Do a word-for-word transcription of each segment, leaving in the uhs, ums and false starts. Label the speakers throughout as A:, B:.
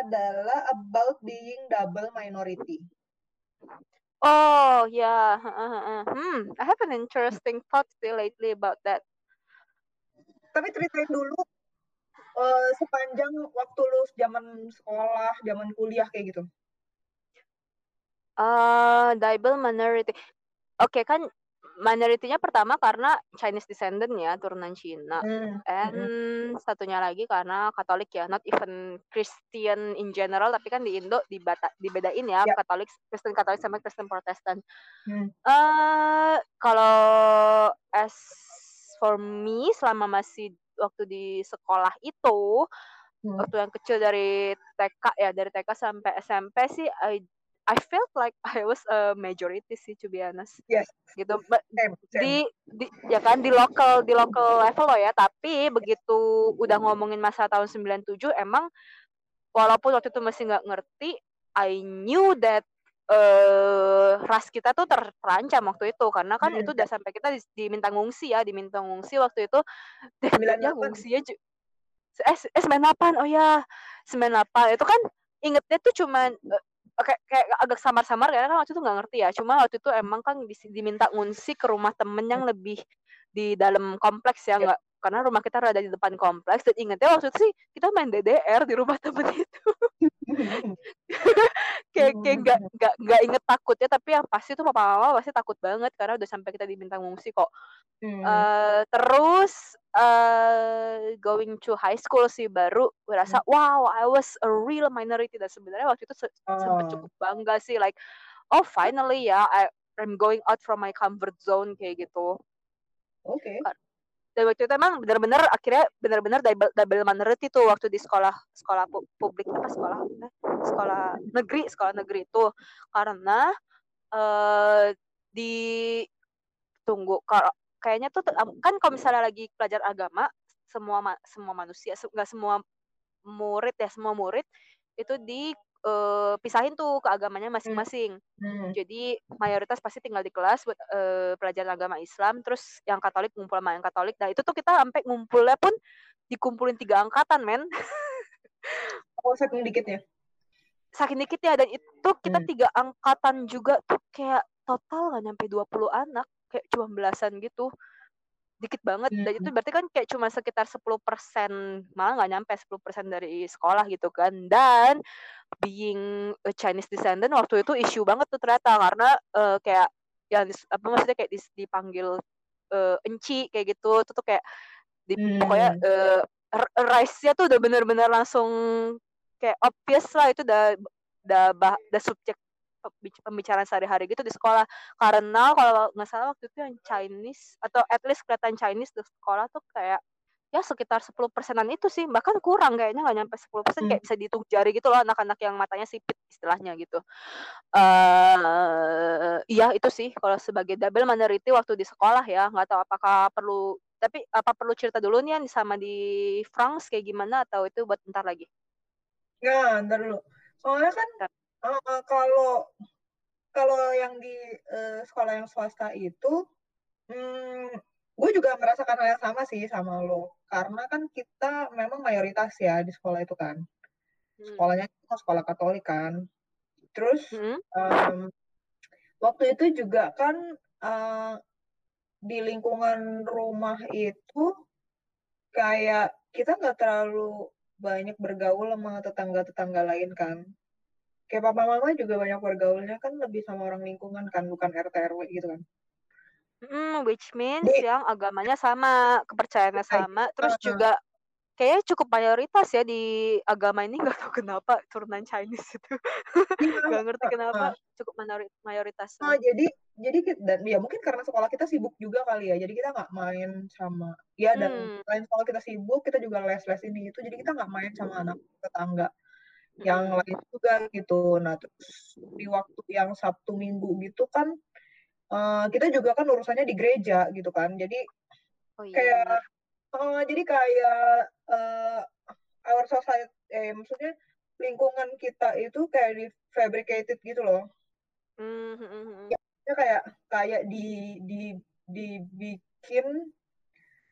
A: adalah about being double minority.
B: Oh ya, yeah. hmm, I have an interesting thought still lately about that.
A: Tapi ceritain dulu uh, sepanjang waktu lu zaman sekolah, zaman kuliah kayak gitu.
B: Uh, double minority. Oke okay, kan minority-nya pertama karena Chinese descendant ya, turunan Cina.
A: Hmm.
B: And
A: Hmm.
B: satunya lagi karena Katolik ya, not even Christian in general, tapi kan di Indo dibata, dibedain ya, yeah. Katolik, Kristen Katolik sama Kristen Protestan. Hmm. Uh, kalau as for me, selama masih waktu di sekolah itu, hmm. waktu yang kecil dari T K ya, dari T K sampai S M P sih, I I felt like I was a majority sih, to be honest.
A: Yes.
B: Gitu. But
A: same, same.
B: di di ya kan di local di local level loh ya, tapi begitu udah ngomongin masa tahun sembilan tujuh, emang walaupun waktu itu masih nggak ngerti, I knew that uh, ras kita tuh terancam waktu itu, karena kan hmm. itu udah sampai kita diminta ngungsi ya, diminta ngungsi waktu itu. Ya ngungsinya ju- eh, eh sembilan delapan, oh ya sembilan delapan itu kan ingetnya tuh cuman uh, kayak, kayak agak samar-samar karena kan waktu itu nggak ngerti ya. Cuma waktu itu emang kan diminta ngungsi ke rumah temen yang lebih di dalam kompleks ya, nggak karena rumah kita rada di depan kompleks. Dan ingetnya waktu itu sih kita main D D R di rumah temen itu. kayak kayak nggak nggak nggak inget takutnya, tapi yang pasti tuh papa mama pasti takut banget karena udah sampai kita diminta ngungsi kok. Hmm. Uh, terus uh, going to high school sih baru berasa hmm. wow, I was a real minority. Dan sebenarnya waktu itu se- oh. sempat cukup bangga sih, like oh finally ya, I, I'm going out from my comfort zone kayak gitu.
A: Oke. Okay.
B: Dan waktu itu emang benar-benar akhirnya benar-benar double, double minority tuh waktu di sekolah sekolah publik apa sekolah eh, sekolah negeri sekolah negeri itu, karena uh, di tunggu kalau kayaknya tuh kan kalau misalnya lagi pelajar agama, semua semua manusia nggak semua murid ya semua murid itu dipisahin uh, tuh ke agamanya masing-masing. Hmm. Jadi mayoritas pasti tinggal di kelas buat uh, pelajaran agama Islam, terus yang Katolik ngumpul sama yang Katolik. Nah itu tuh kita sampai ngumpulnya pun dikumpulin tiga angkatan, men.
A: Oh, saking dikitnya.
B: Saking dikitnya, dan itu kita hmm. tiga angkatan juga tuh kayak total nggak nyampe dua puluh anak, kayak cuma belasan gitu. Dikit banget. Dan itu berarti kan kayak cuma sekitar sepuluh persen, malah nggak nyampe sepuluh persen dari sekolah gitu kan. Dan being a Chinese descendant waktu itu isu banget tuh ternyata, karena uh, kayak ya apa maksudnya kayak dipanggil uh, enci kayak gitu. Itu tuh kayak di, hmm. pokoknya uh, rice-nya tuh udah bener-bener langsung kayak obvious lah, itu udah udah bah, udah subjek pembicaraan sehari-hari gitu di sekolah. Karena kalau nggak salah waktu itu yang Chinese atau at least kelihatan Chinese di sekolah tuh kayak ya sekitar sepuluh persenan itu sih, bahkan kurang kayaknya, nggak nyampe sepuluh persen, hmm. kayak bisa dihitung jari gitu loh anak-anak yang matanya sipit istilahnya gitu. Uh, iya itu sih kalau sebagai double minority waktu di sekolah ya. Nggak tahu apakah perlu, tapi apa perlu cerita dulu nih sama di France kayak gimana, atau itu buat ntar lagi?
A: Ya, ntar dulu. Soalnya kan uh, kalau kalau yang di uh, sekolah yang swasta itu, hmm, gue juga merasakan hal yang sama sih sama lo. Karena kan kita memang mayoritas ya di sekolah itu kan. Sekolahnya itu sekolah Katolik kan. Terus hmm. um, waktu itu juga kan uh, di lingkungan rumah itu kayak kita nggak terlalu banyak bergaul sama tetangga-tetangga lain kan. Kayak papa mama juga banyak bergaulnya kan lebih sama orang lingkungan kan, bukan R T R W gitu kan.
B: Hmm, which means Di, yang agamanya sama, kepercayaannya sama, uh, terus juga kayaknya cukup mayoritas ya di agama ini, nggak tahu kenapa turunan Chinese itu, nggak ngerti kenapa uh, cukup mayoritas.
A: Nah, jadi jadi dan ya mungkin karena sekolah kita sibuk juga kali ya, jadi kita nggak main sama ya dan hmm. selain sekolah kita sibuk, kita juga les-les ini itu, jadi kita nggak main sama anak tetangga yang hmm. lain juga gitu. Nah terus di waktu yang Sabtu Minggu gitu kan, uh, kita juga kan urusannya di gereja gitu kan, jadi oh, iya, kayak uh, jadi kayak uh, our society, eh, maksudnya lingkungan kita itu kayak di fabricated gitu loh.
B: Mm-hmm.
A: Ya, kayak kayak di di dibikin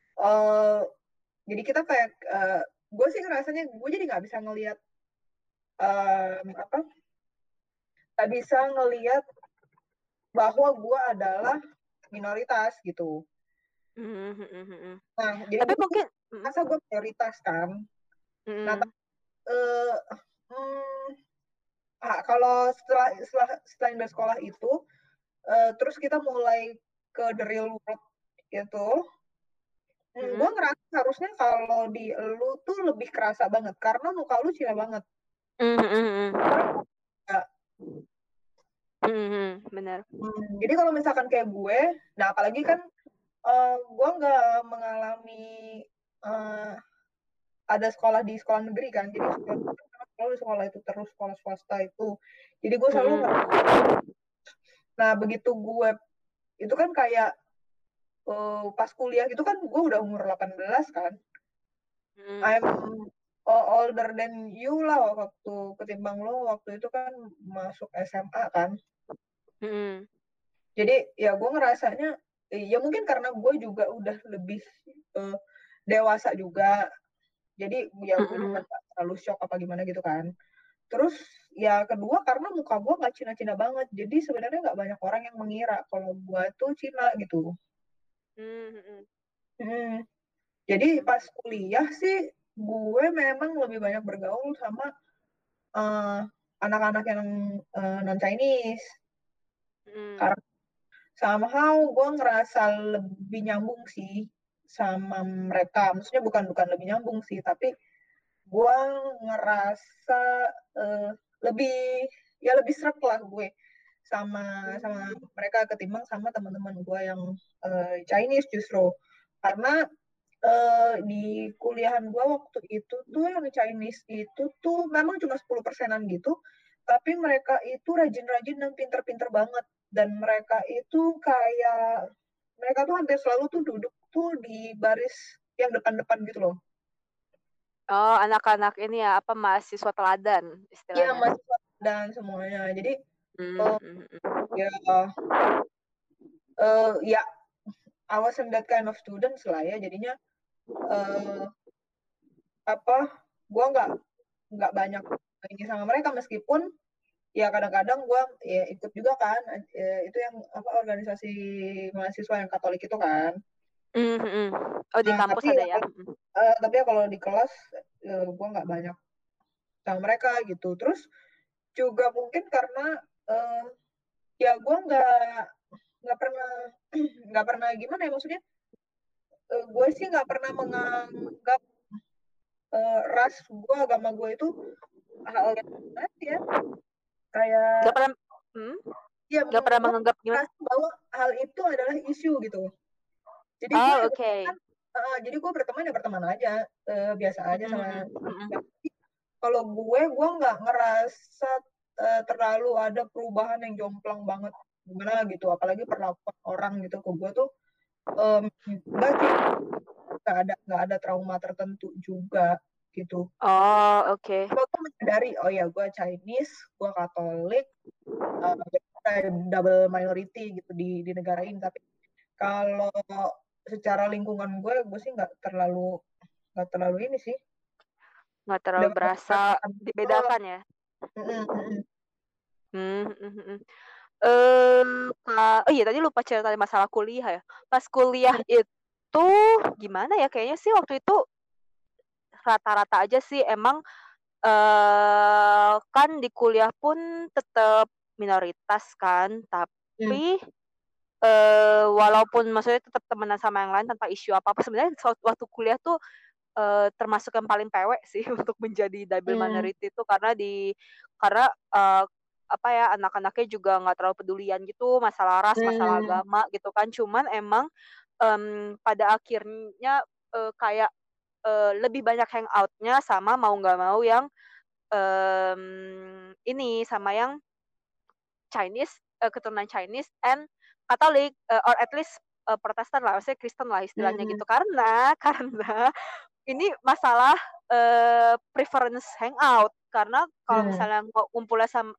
A: uh, jadi kita kayak uh, gue sih ngerasanya gue jadi nggak bisa ngelihat um, apa nggak bisa ngelihat bahwa gue adalah minoritas gitu.
B: Mm-hmm.
A: Nah, jadi
B: Tapi
A: gue
B: mungkin
A: merasa gue prioritas kan.
B: mm-hmm.
A: Nah, uh, hmm, ah, kalau setelah setelah setelah bersekolah itu, uh, terus kita mulai ke the real world gitu. Hmm,
B: mm-hmm.
A: gue ngerasa harusnya kalau di lu tuh lebih kerasa banget karena muka lu Cina banget.
B: Mm-hmm.
A: Ya.
B: Mm-hmm. Benar.
A: Hmm, jadi kalau misalkan kayak gue, nah apalagi kan uh, gue nggak mengalami uh, ada sekolah di sekolah negeri kan, jadi sekolah selalu sekolah itu terus sekolah swasta itu, jadi gue selalu
B: mm-hmm.
A: Nah begitu gue itu kan kayak uh, pas kuliah gitu kan gue udah umur delapan belas kan, mm-hmm. I'm older than you lah waktu ketimbang lo waktu itu kan masuk S M A kan,
B: mm-hmm.
A: jadi ya gue ngerasanya ya mungkin karena gue juga udah lebih uh, dewasa juga, jadi ya gue juga gak terlalu shock apa gimana gitu kan. Terus ya kedua karena muka gue gak Cina-Cina banget, jadi sebenarnya gak banyak orang yang mengira kalau gue tuh Cina gitu.
B: Mm-hmm.
A: Hmm. Jadi pas kuliah sih gue memang lebih banyak bergaul sama uh, anak-anak yang uh, non-Chinese.
B: Mm-hmm.
A: Karena somehow gue ngerasa lebih nyambung sih sama mereka. Maksudnya bukan bukan lebih nyambung sih, tapi gue ngerasa uh, lebih ya lebih seret lah gue sama sama mereka ketimbang sama teman-teman gue yang uh, Chinese justru, karena uh, di kuliahan gue waktu itu tuh yang Chinese itu tuh memang cuma sepuluh persenan gitu, tapi mereka itu rajin-rajin dan pinter-pinter banget, dan mereka itu kayak mereka tuh hampir selalu tuh duduk tuh di baris yang depan-depan gitu loh.
B: Oh, anak-anak ini ya, apa mahasiswa teladan istilahnya.
A: Iya, mahasiswa dan semuanya. Jadi
B: mm-hmm.
A: uh, ya uh, ya I wasn't that kind of student lah ya, jadinya uh, apa gue nggak nggak banyak ini sama mereka, meskipun ya kadang-kadang gue ya ikut juga kan, ya, itu yang apa organisasi mahasiswa yang Katolik itu kan.
B: Mm-hmm. Oh di
A: Nah,
B: kampus
A: tapi
B: ada
A: ya,
B: ya.
A: Uh, tapi ya kalau di kelas uh, gue nggak banyak sama mereka gitu. Terus juga mungkin karena uh, ya gue nggak nggak pernah nggak pernah gimana ya, maksudnya uh, gue sih nggak pernah menganggap uh, ras gue, agama gue itu hal yang benar ya, kayak
B: nggak pernah hmm?
A: ya
B: nggak pernah menganggap gimana
A: bahwa hal itu adalah isu gitu. Jadi
B: oh,
A: gue
B: oke okay.
A: uh, jadi gue berteman ya berteman aja uh, biasa aja sama
B: mm-hmm.
A: kalau gue gue nggak ngerasa uh, terlalu ada perubahan yang jomplang banget gimana gitu, apalagi perlakuan orang gitu ke gue tuh um, nggak sih, nggak ada nggak ada trauma tertentu juga gitu.
B: Oh oke okay.
A: Gue menyadari oh ya gue Chinese, gue Katolik, uh, double minority gitu di di negara ini, tapi kalau secara lingkungan gue gue sih nggak terlalu nggak terlalu ini sih,
B: nggak terlalu berasa dibedakan ya.
A: Mm-hmm.
B: Mm-hmm. Uh, oh iya tadi lupa cerita masalah kuliah ya. Pas kuliah itu gimana ya, kayaknya sih waktu itu rata-rata aja sih emang uh, kan di kuliah pun tetap minoritas kan, tapi mm. uh, walaupun maksudnya tetap temenan sama yang lain tanpa isu apa-apa, sebenarnya waktu kuliah tuh uh, termasuk yang paling pewek sih untuk menjadi double mm. minority itu, karena di karena uh, apa ya anak-anaknya juga nggak terlalu pedulian gitu masalah ras, mm. masalah agama gitu kan, cuman emang um, pada akhirnya uh, kayak uh, lebih banyak hangoutnya sama mau nggak mau yang um, ini sama yang Chinese, uh, keturunan Chinese and Katolik, uh, or at least uh, Protestan lah, maksudnya Kristen lah istilahnya mm. gitu, karena karena ini masalah uh, preference hangout, karena kalau mm. misalnya ngumpulnya sama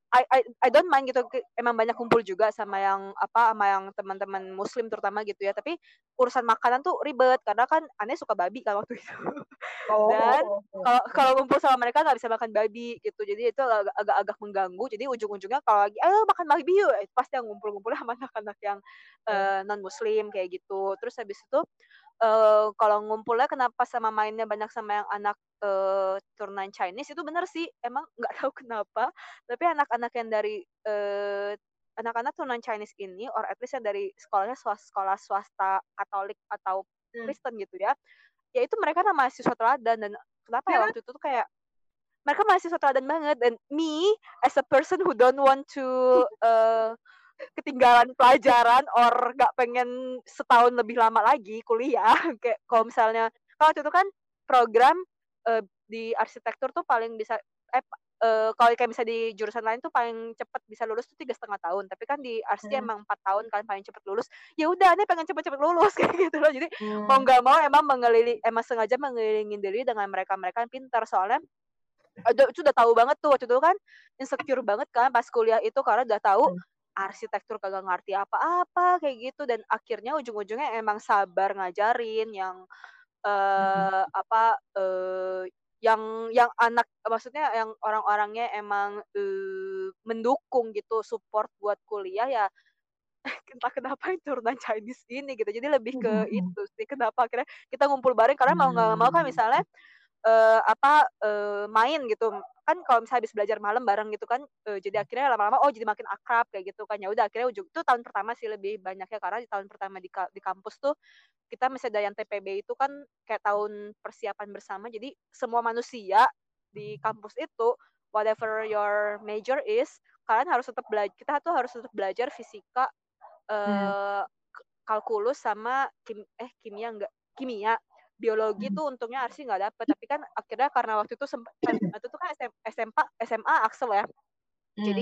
B: I I I don't mind gitu, emang banyak kumpul juga sama yang apa, sama yang teman-teman muslim terutama gitu ya, tapi urusan makanan tuh ribet karena kan aneh suka babi kan waktu itu.
A: Oh
B: Dan
A: oh oh,
B: kalau
A: oke.
B: kalau ngumpul sama mereka nggak bisa makan babi gitu, jadi itu agak agak-agak mengganggu, jadi ujung-ujungnya kalau lagi, "Ayo makan babi yuk!" Itu pasti yang ngumpul-ngumpulnya sama anak-anak yang,
A: Iya.
B: eee, non muslim kayak gitu. Terus habis itu, eee, kalau ngumpulnya kenapa sama mainnya banyak sama yang anak, eee, turunan Chinese itu bener sih, emang nggak tahu kenapa, tapi anak-anak yang dari, eee, anak-anak turunan Chinese ini or at least yang dari sekolahnya swas sekolah swasta Katolik atau
A: Mmm.
B: Kristen gitu ya, ya itu mereka adalah mahasiswa teladan dan kenapa
A: Iya
B: ya
A: kan?
B: waktu itu tuh kayak mereka mahasiswa teladan banget dan me as a person who don't want to, eee, ketinggalan pelajaran or nggak pengen setahun lebih lama lagi kuliah, kayak kalau misalnya kan waktu itu kan program, eee, di arsitektur tuh paling bisa eh, eee, kalau kayak misalnya di jurusan lain tuh paling cepet bisa lulus tuh tiga setengah tahun, tapi kan di Arsi
A: Mhm.
B: emang empat tahun kan paling cepet lulus, ya udah aneh pengen cepet-cepet lulus kayak gitu loh. Jadi mau
A: Mmm.
B: nggak mau emang mengelili emang sengaja mengelilingi diri dengan mereka-mereka yang pintar, soalnya ada itu udah tahu banget tuh waktu itu kan insecure banget kan pas kuliah itu karena udah tahu
A: Mmm.
B: arsitektur kagak ngerti apa-apa kayak gitu dan akhirnya ujung-ujungnya emang sabar ngajarin yang,
A: Mhm.
B: eee, apa, eee, yang yang anak maksudnya yang orang-orangnya emang, eee, mendukung gitu, support buat kuliah ya, entah kenapa yang turunan Chinese ini gitu. Jadi lebih
A: Mhm
B: ke
A: mhm.
B: itu sih kenapa akhirnya kita ngumpul bareng karena mau nggak mau kan
A: Mmm.
B: misalnya, eee, apa, eee, main gitu, kan kalau misalnya habis belajar malam bareng gitu kan, eee, jadi akhirnya lama-lama, oh jadi makin akrab kayak gitu kan. Ya udah akhirnya ujung itu tahun pertama sih lebih banyaknya karena di tahun pertama di ka di kampus tuh, kita masih ada yang T P B itu kan kayak tahun persiapan bersama, jadi semua manusia di kampus itu, whatever your major is, kalian harus tetap bela kita tuh harus tetap belajar fisika,
A: Mmm.
B: eee, kalkulus sama kim eh kimia enggak, kimia. Biologi
A: Mhm.
B: tuh untungnya Arsi nggak dapet, tapi kan akhirnya karena waktu itu sempet kan waktu itu kan SM SMA SMA Axel ya.
A: Mmm.
B: Jadi,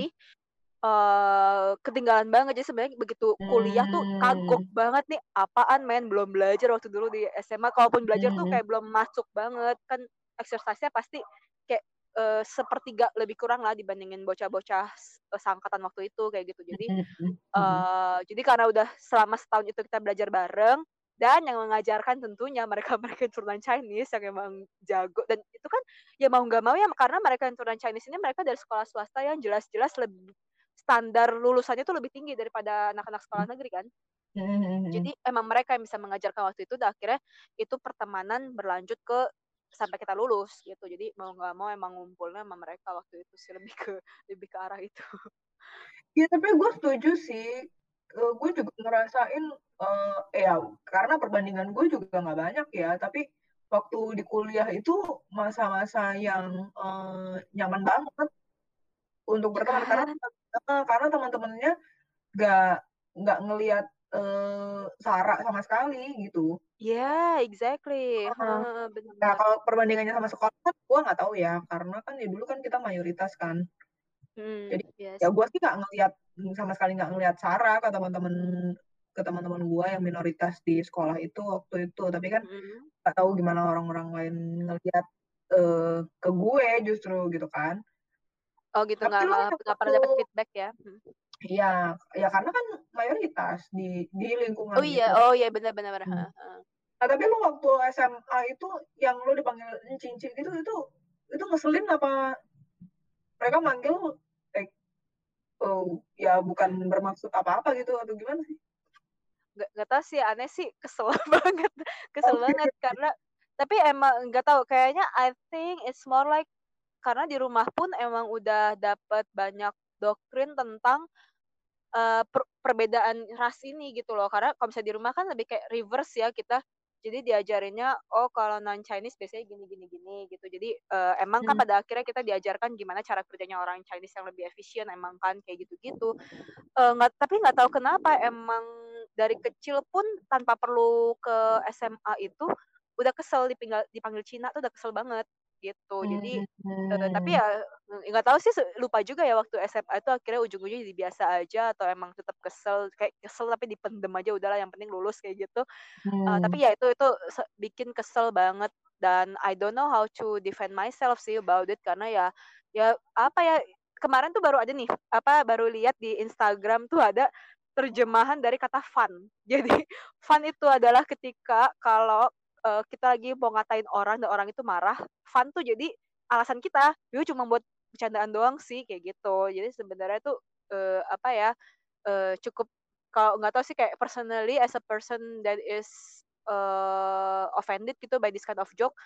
B: eee, ketinggalan banget, jadi sebenarnya begitu kuliah tuh kagok
A: Mmm.
B: banget nih, apaan men belum belajar waktu dulu di S M A, kalaupun belajar tuh
A: Mhm.
B: kayak belum masuk banget, kan exercise-nya pasti kayak, eee, sepertiga lebih kurang lah dibandingin bocah-bocah s seangkatan waktu itu kayak gitu. Jadi,
A: Mhm mhm mhm.
B: eee, jadi karena udah selama setahun itu kita belajar bareng dan yang mengajarkan tentunya mereka-mereka yang turunan Chinese yang emang jago dan itu kan ya mau nggak mau ya karena mereka yang turunan Chinese ini mereka dari sekolah swasta yang jelas-jelas lebih standar lulusannya tuh lebih tinggi daripada anak-anak sekolah
A: Mmm.
B: negeri kan.
A: Mhm mhm mhm.
B: Jadi emang mereka yang bisa mengajarkan waktu itu dan akhirnya itu pertemanan berlanjut ke sampai kita lulus gitu. Jadi mau nggak mau emang ngumpulnya sama mereka waktu itu sih, lebih ke lebih ke arah itu.
A: Ya tapi gue setuju sih, eee, gue juga ngerasain, eee, ya karena perbandingan gue juga nggak banyak ya, tapi waktu di kuliah itu masa-masa yang, eee, nyaman banget untuk
B: Ya
A: berteman karena
B: kan?
A: heeh, karena teman-temannya nggak nggak ngelihat, eee, sara sama sekali gitu.
B: Yeah, exactly.
A: Heeh.
B: Heeh heeh, bener
A: Nah
B: bener.
A: kalau perbandingannya sama sekolah kan gue nggak tahu ya, karena kan ya dulu kan kita mayoritas kan.
B: Mhm,
A: Jadi,
B: iya
A: ya
B: sih.
A: gue sih nggak ngelihat, mmm, sama sekali nggak ngelihat sara ke teman-teman ke teman-teman gue yang minoritas di sekolah itu waktu itu. Tapi kan
B: Mhm.
A: nggak tahu gimana orang-orang lain ngelihat, eee, ke gue justru gitu kan.
B: Oh gitu,
A: Tapi
B: nggak
A: lo
B: nggak
A: yang
B: nggak
A: waktu
B: pernah dapet feedback ya? Mhm.
A: iya, ya karena kan mayoritas di di lingkungan
B: Oh iya
A: itu.
B: oh iya, bener bener bener,
A: Mmm.
B: heeh heeh.
A: Nah tapi lo waktu S M A itu yang lo dipanggil encing-cing itu itu itu ngeselin apa mereka manggil like, eee, ya bukan bermaksud apa-apa gitu atau gimana sih?
B: Nggak nggak tahu sih, aneh sih kesel banget kesel
A: Oke.
B: banget karena tapi emang nggak tahu kayaknya I think it's more like karena di rumah pun emang udah dapet banyak doktrin tentang, eee, per perbedaan ras ini gitu loh. Karena kalau misalnya di rumah kan lebih kayak reverse ya kita, jadi diajarinnya, oh kalau non Chinese biasanya gini gini gini gitu. Jadi, eee, emang kan
A: Mmm.
B: pada akhirnya kita diajarkan gimana cara kerjanya orang Chinese yang lebih efisien emang kan kayak gitu-gitu. Eee, nggak tapi nggak tahu kenapa emang dari kecil pun tanpa perlu ke S M A itu, udah kesel dipinggal dipanggil Cina tuh udah kesel banget, gitu. Jadi, eee, tapi
A: Mmm.
B: ya, eee, nggak tahu sih se lupa juga ya waktu S M A itu akhirnya ujung-ujungnya jadi biasa aja atau emang tetap kesel, kayak kesel tapi dipendem aja udahlah yang penting lulus kayak gitu. Eee,
A: Mmm.
B: tapi ya itu itu se bikin kesel banget dan I don't know how to defend myself sih about it karena ya ya apa ya kemarin tuh baru ada nih, apa, baru lihat di Instagram tuh ada terjemahan dari kata fun. Jadi fun itu adalah ketika kalau, eee, kita lagi mau ngatain orang dan orang itu marah, fun tuh jadi alasan kita, "Ya cuma buat bercandaan doang sih," kayak gitu. Jadi sebenarnya tuh, eee, apa ya, eee, cukup kalau nggak tahu sih kayak personally as a person that is, eee, offended gitu by this kind of joke,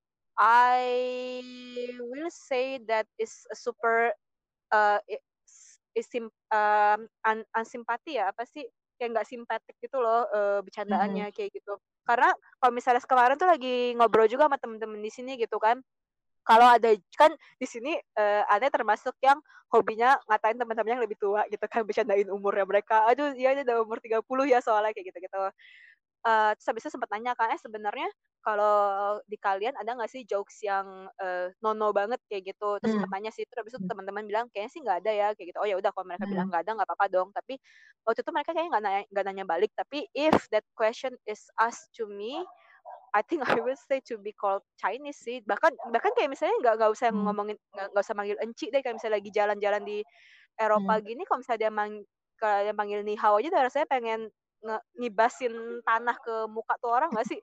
B: I will say that is a super, eee, i is sim mmm, un unsimpati ya, apa sih, kayak nggak simpatik gitu loh, eee,
A: Mhm.
B: bercandaannya kayak gitu. Karena kalau misalnya kemarin tuh lagi ngobrol juga sama temen-temen di sini gitu kan, kalau ada kan di sini, eee, Ane termasuk yang hobinya ngatain teman-teman yang lebih tua gitu kan, bercandain umurnya mereka, "Aduh dia udah umur tiga puluh ya soalnya," kayak gitu-gitu. Eee, terus habis itu sempet nanya kan, "Eh sebenarnya kalau di kalian ada nggak sih jokes yang, eee, no-no banget kayak gitu?" Terus sempet
A: Mmm.
B: nanya sih, terus habis itu
A: Mmm.
B: teman-teman bilang, "Kayaknya sih nggak ada ya," kayak gitu. Oh ya udah kalau mereka bilang
A: Mmm.
B: nggak ada, nggak apa-apa dong. Tapi waktu itu mereka kayaknya nggak nanya nggak nanya balik, tapi if that question is asked to me, I think I will say to be called Chinese sih. Bahkan bahkan kayak misalnya nggak nggak usah
A: Mmm.
B: ngomongin nggak nggak usah manggil enci deh, kayak misalnya lagi jalan-jalan di Eropa
A: Mmm.
B: gini, kalau misalnya dia mang kalau dia manggil ni hao aja udah rasanya pengen nge ngibasin tanah ke muka tuh orang nggak sih?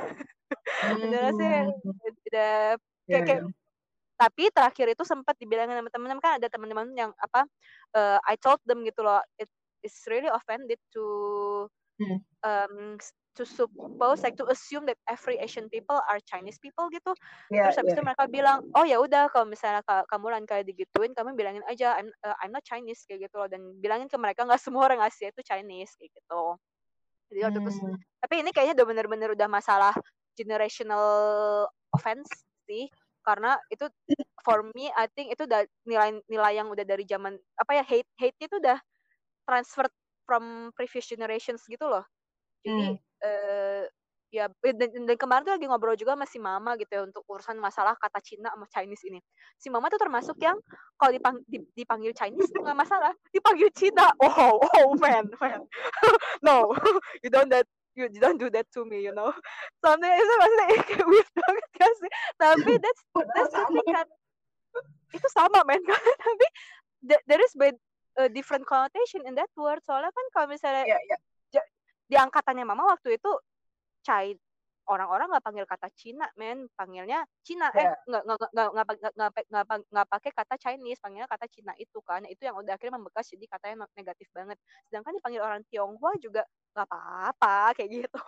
B: Udah rasanya
A: Mmm.
B: udah
A: Iya
B: kayak kayak
A: iya.
B: tapi terakhir itu sempat dibilangin sama temen-temen kan ada teman-teman yang apa, eee, I told them gitu loh, it is really offended to,
A: Mmm.
B: mmm, to suppose like to assume that every Asian people are Chinese people gitu.
A: Iya
B: Terus habis
A: iya.
B: itu mereka bilang, "Oh ya udah kalau misalnya ka kamu lain kali digituin, kamu bilangin aja I'm, eee, I'm not Chinese," kayak gitu loh, dan bilangin ke mereka nggak semua orang Asia itu Chinese kayak gitu. Jadi waktu itu s
A: Mmm.
B: tapi ini kayaknya udah bener-bener udah masalah generational offense sih, karena itu for me I think itu udah nilai nilai yang udah dari zaman apa ya, hate hate-nya itu udah transferred from previous generations gitu loh. Jadi,
A: Mmm.
B: eee, ya dan dan kemarin tuh lagi ngobrol juga sama si mama gitu ya untuk urusan masalah kata Cina sama Chinese ini. Si mama tuh termasuk yang kalau dipang dip dipanggil Chinese tuh nggak masalah, dipanggil Cina, oh oh man man, no, you don't that you don't do that to me, you know. Soalnya itu maksudnya kayak weird banget nggak sih? Tapi that's
A: Padahal
B: that's the
A: sama.
B: thing kan, itu sama men, tapi the there is bad eee, different connotation in that word. Soalnya kan kalau misalnya
A: Iya iya.
B: ja di angkatannya mama waktu itu Cai orang-orang nggak panggil kata Cina men, panggilnya Cina, eh
A: Iya.
B: nggak nggak nggak nggak nggak pa nggak pa nggak pa nggak pakai kata Chinese, panggilnya kata Cina itu kan, itu yang udah akhirnya membekas jadi katanya no negatif banget. Sedangkan dipanggil orang Tionghoa juga nggak apa-apa kayak gitu.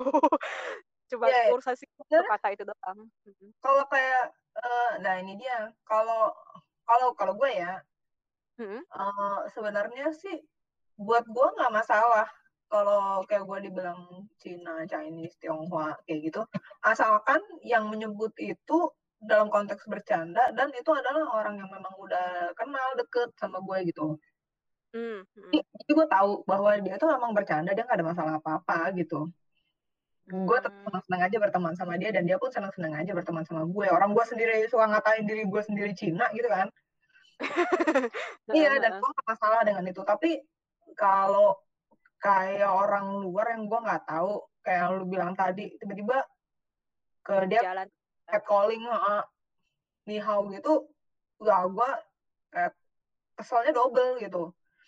B: Cuma
A: Iya iya.
B: urusan si satu
A: Sebenarnya
B: kata itu doang. Mhm.
A: kalau kayak, eee, nah ini dia, kalau kalau kalau gue ya,
B: Mhm.
A: eee, sebenarnya sih buat gue nggak masalah kalau kayak gue dibilang Cina, Chinese, Tionghoa kayak gitu, asalkan yang menyebut itu dalam konteks bercanda dan itu adalah orang yang memang udah kenal deket sama gue gitu.
B: Mmm,
A: Jadi
B: mhm.
A: jadi gue tahu bahwa dia tuh memang bercanda, dia nggak ada masalah apa-apa gitu. Gue tetap
B: Mmm.
A: senang-senang aja berteman sama dia dan dia pun senang-senang aja berteman sama gue. Orang gue sendiri suka ngatain diri gue sendiri Cina gitu kan. Iya,
B: Heeh
A: dan
B: heeh.
A: gue nggak masalah dengan itu. Tapi kalau kayak orang luar yang gue nggak tahu, kayak yang lu bilang tadi, tiba-tiba ke
B: Di
A: dia
B: jalan.
A: catcalling, heeh, ni hao gitu, wah gue kayak keselnya double gitu.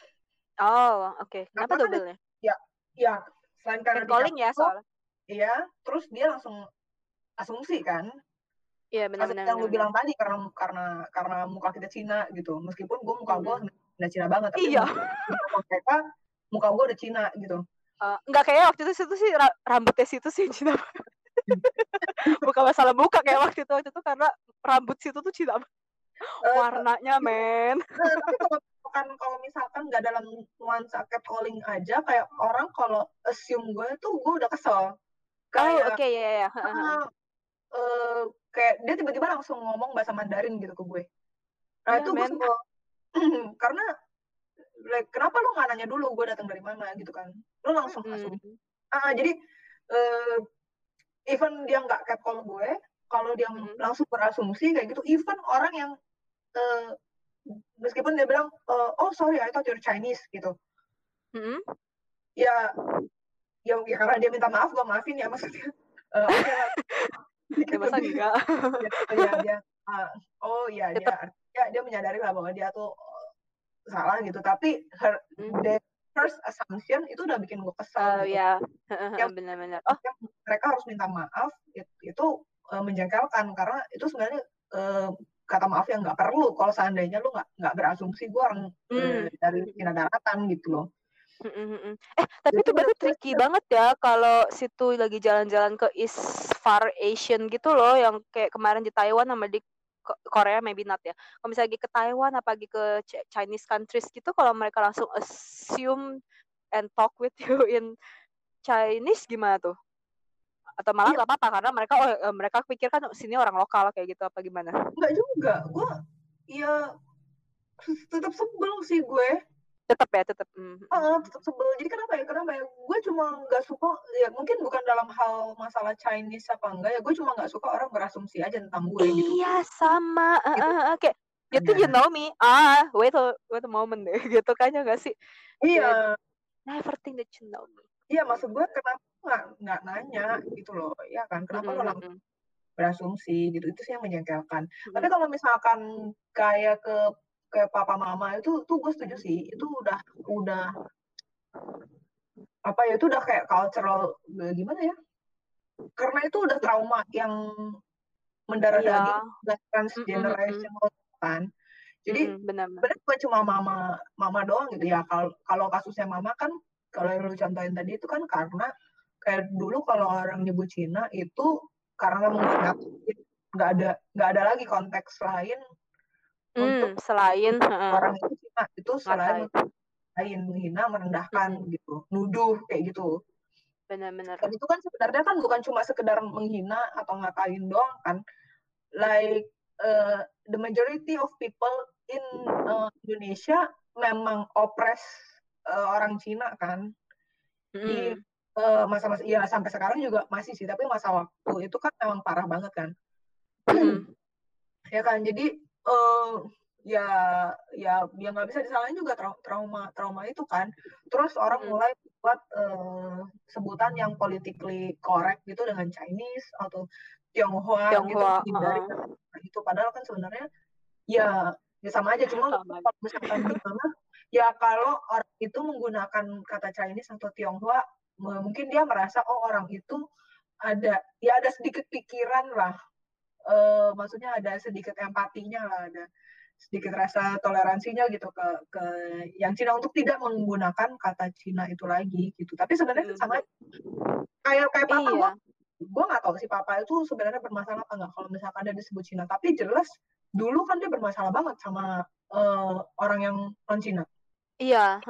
B: Oh, oke. Kenapa
A: Karena kan
B: double-nya?
A: ya ya selain karena di
B: Catcalling ya
A: catcall,
B: soalnya?
A: iya, terus dia langsung asumsi kan.
B: Iya, benar
A: Kasus
B: benar
A: yang
B: benar
A: lu
B: benar.
A: bilang tadi karena karena karena muka kita Cina gitu. Meskipun gue muka gue
B: Mhm.
A: nggak Cina banget, tapi
B: Iya.
A: menurut menurut mereka muka gue udah Cina gitu.
B: Eee, enggak kayaknya waktu itu situ sih ra rambutnya situ sih Cina banget. Bukan masalah muka kayak waktu itu, waktu itu karena rambut situ tuh Cina banget.
A: Eee, te
B: Warnanya
A: tapi
B: men.
A: heeh, tapi kalau misalkan kalau misalkan nggak dalam nuansa catcalling aja, kayak orang kalau assume gue tuh gue udah kesel.
B: Oh,
A: Kayak
B: oke, ya ya, heeh heeh.
A: heeh, eee, kayak dia tiba-tiba langsung ngomong bahasa Mandarin gitu ke gue. Nah
B: Iya
A: itu gue
B: men.
A: sebel. Karena like kenapa lu nggak nanya dulu gue datang dari mana gitu kan. Lu langsung asum
B: Mhm.
A: heeh, jadi, eee, even dia nggak catcall gue, kalau dia
B: Mhm.
A: langsung berasumsi kayak gitu, even orang yang, eee, meskipun dia bilang, eee, "Oh sorry, I thought you're Chinese," gitu.
B: Mhm.
A: Ya ya ya karena dia minta maaf, gue maafin ya maksudnya, eee, okelah
B: Ya
A: sedikit
B: masa
A: lebih
B: enggak?
A: gitu ya dia, eee, oh iya
B: Ya
A: dia
B: tep
A: dia dia menyadari lah bahwa dia tuh salah gitu, tapi her
B: Hmm.
A: the first assumption itu udah bikin gue kesel
B: Oh
A: gitu.
B: ya,
A: Yang
B: benar-benar. Oh,
A: mereka harus minta maaf it, itu uh, menjengkelkan karena itu sebenarnya uh, kata maaf yang nggak perlu kalau seandainya lu nggak nggak berasumsi gue orang uh,
B: hmm.
A: dari Cina daratan gitu loh.
B: Mm-mm. Eh, tapi
A: Jadi
B: itu berarti
A: menurut gue
B: tricky banget ya kalau situ lagi jalan-jalan ke East Far Asian gitu loh, yang kayak kemarin di Taiwan sama di Ko- Korea maybe not ya. Kalau misalnya lagi ke Taiwan apa lagi ke Ch- Chinese countries gitu, kalau mereka langsung assume and talk with you in Chinese gimana tuh? Atau malah
A: iya
B: nggak apa-apa karena mereka oh eh, mereka pikir kan sini orang lokal kayak gitu apa gimana?
A: nggak juga gue ya tetap sebel sih gue.
B: Tetap ya, tetap. Mm.
A: Ah, tetap sebel. Jadi kenapa ya? Kenapa ya? Gue cuma nggak suka, ya mungkin bukan dalam hal masalah Chinese apa enggak ya. Gue cuma nggak suka orang berasumsi aja tentang gue gitu.
B: Iya sama, uh,
A: Itu
B: uh, uh, kayak you think you
A: ada.
B: know me, ah wait a wait a moment deh, gitu kan ya nggak sih? Kayak
A: Iya,
B: never think that you know me.
A: iya maksud gue kenapa nggak nggak nanya gitu loh, ya kan? Kenapa lo
B: Mm-mm,
A: langsung
B: mm-mm,
A: berasumsi gitu? Itu sih yang menjengkelkan. Tapi
B: mm-mm.
A: kalau misalkan kayak ke ke papa mama itu tuh gue setuju sih. Itu udah udah apa ya? Itu udah kayak cultural gimana ya? Karena itu udah trauma yang mendarah
B: Iya,
A: daging dan
B: mm-mm, mm-mm,
A: transgenerational kan. Jadi
B: mm-mm, benar.
A: sebenarnya bukan cuma mama mama doang gitu ya. Kalau kalau kasusnya mama kan kalau yang lu contohin tadi itu kan karena kayak dulu kalau orang nyebut Cina itu karena menggunakan nggak ada nggak ada lagi konteks lain untuk
B: Hmm, selain
A: orang
B: uh,
A: itu Cina itu selain
B: ngatain,
A: lain menghina merendahkan
B: mm-mm,
A: gitu nuduh kayak gitu. Dan
B: benar-benar.
A: itu kan sebenarnya kan bukan cuma sekedar menghina atau ngatain doang kan, like uh, the majority of people in uh, Indonesia memang oppress uh, orang Cina kan di
B: Mm-mm,
A: uh, masa-masa ya sampai sekarang juga masih sih, tapi masa waktu itu kan memang parah banget kan.
B: mm-mm,
A: Ya kan jadi uh, ya ya ya nggak bisa disalahin juga trau- trauma trauma itu kan. Terus orang
B: mm-mm.
A: mulai buat uh, sebutan yang politically correct gitu dengan Chinese atau Tionghoa gitu
B: Tionghoa,
A: menghindari
B: uh,
A: itu padahal kan sebenarnya ya, ya sama aja. Cuma
B: sama.
A: kalau misalkan gimana, ya kalau orang itu menggunakan kata Chinese atau Tionghoa, mungkin dia merasa oh orang itu ada, ya ada sedikit pikiran lah, eh, maksudnya ada sedikit empatinya lah, ada sedikit rasa toleransinya gitu ke ke yang Cina untuk tidak menggunakan kata Cina itu lagi gitu. Tapi sebenarnya
B: Mm-mm.
A: sama kayak kayak papa gue
B: Iya,
A: gue nggak tahu si papa itu sebenarnya bermasalah apa nggak kalau misalkan dia disebut Cina, tapi jelas dulu kan dia bermasalah banget sama uh, orang yang non Cina.
B: iya,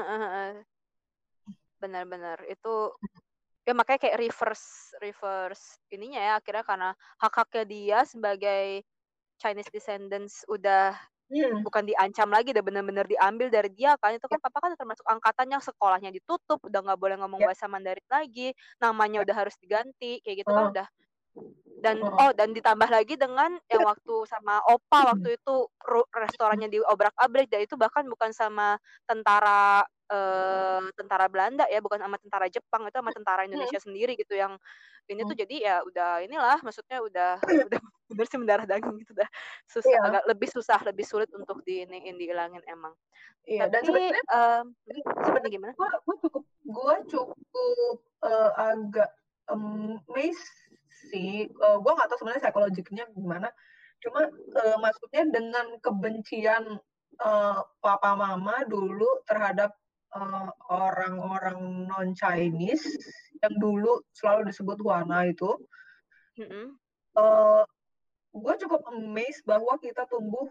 B: benar-benar itu ya makanya kayak reverse reverse ininya ya akhirnya karena hak-haknya dia sebagai Chinese descendants udah
A: Hmm.
B: bukan diancam lagi, udah bener-bener diambil dari dia kan. Itu kan papa kan termasuk angkatan yang sekolahnya ditutup, udah nggak boleh ngomong
A: Ya,
B: bahasa Mandarin lagi, namanya udah harus diganti, kayak gitu kan
A: uh,
B: udah. Dan
A: uh,
B: oh dan ditambah lagi dengan yang waktu sama Opa waktu itu restorannya diobrak-abrik, dan itu bahkan bukan sama tentara eh, tentara Belanda ya, bukan sama tentara Jepang, itu sama tentara Indonesia sendiri gitu yang ini tuh. Jadi ya udah inilah, maksudnya udah udah bener sih mendarah daging gitu, udah susah,
A: iya,
B: agak lebih susah lebih sulit untuk di ini dihilangin emang.
A: iya. Dan
B: Tapi
A: sebenarnya
B: um, ini
A: sebenarnya
B: gimana?
A: gue gue cukup gue cukup uh, agak amazed sih. Uh, gue nggak tahu sebenarnya psikologiknya gimana. Cuma uh, maksudnya dengan kebencian uh, papa mama dulu terhadap uh, orang-orang non Chinese yang dulu selalu disebut Wana itu,
B: Mm-mm.
A: uh, gue cukup amazed bahwa kita tumbuh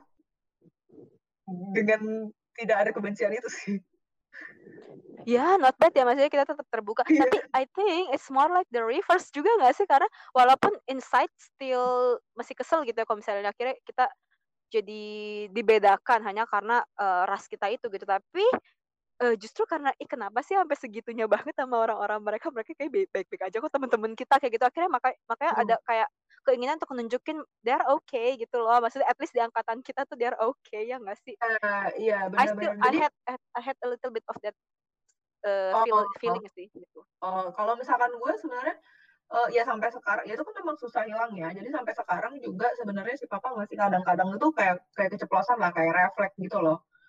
A: dengan tidak ada kebencian itu sih.
B: Ya, not bad ya, maksudnya kita tetap terbuka.
A: Iya.
B: Tapi I think it's more like the reverse juga nggak sih? Karena walaupun inside still masih kesel gitu ya kalau misalnya akhirnya kita jadi dibedakan hanya karena uh, ras kita itu gitu. Tapi uh, justru karena ih kenapa sih sampai segitunya banget sama orang-orang mereka, mereka kayak baik-baik aja kok, teman-teman kita kayak gitu. Akhirnya makanya makanya ada kayak keinginan untuk nunjukin they're okay gitu loh. Maksudnya at least di angkatan kita tuh they're okay, ya nggak sih?
A: Uh, iya
B: I still
A: benar-benar.
B: I
A: Jadi
B: had I had a little bit of that uh,
A: oh,
B: feel
A: oh,
B: feeling sih gitu.
A: oh, kalau misalkan gue sebenarnya uh, ya sampai sekarang ya itu kan memang susah hilang ya. Jadi sampai sekarang juga sebenarnya si papa masih kadang-kadang itu kayak kayak keceplosan lah, kayak refleks gitu loh.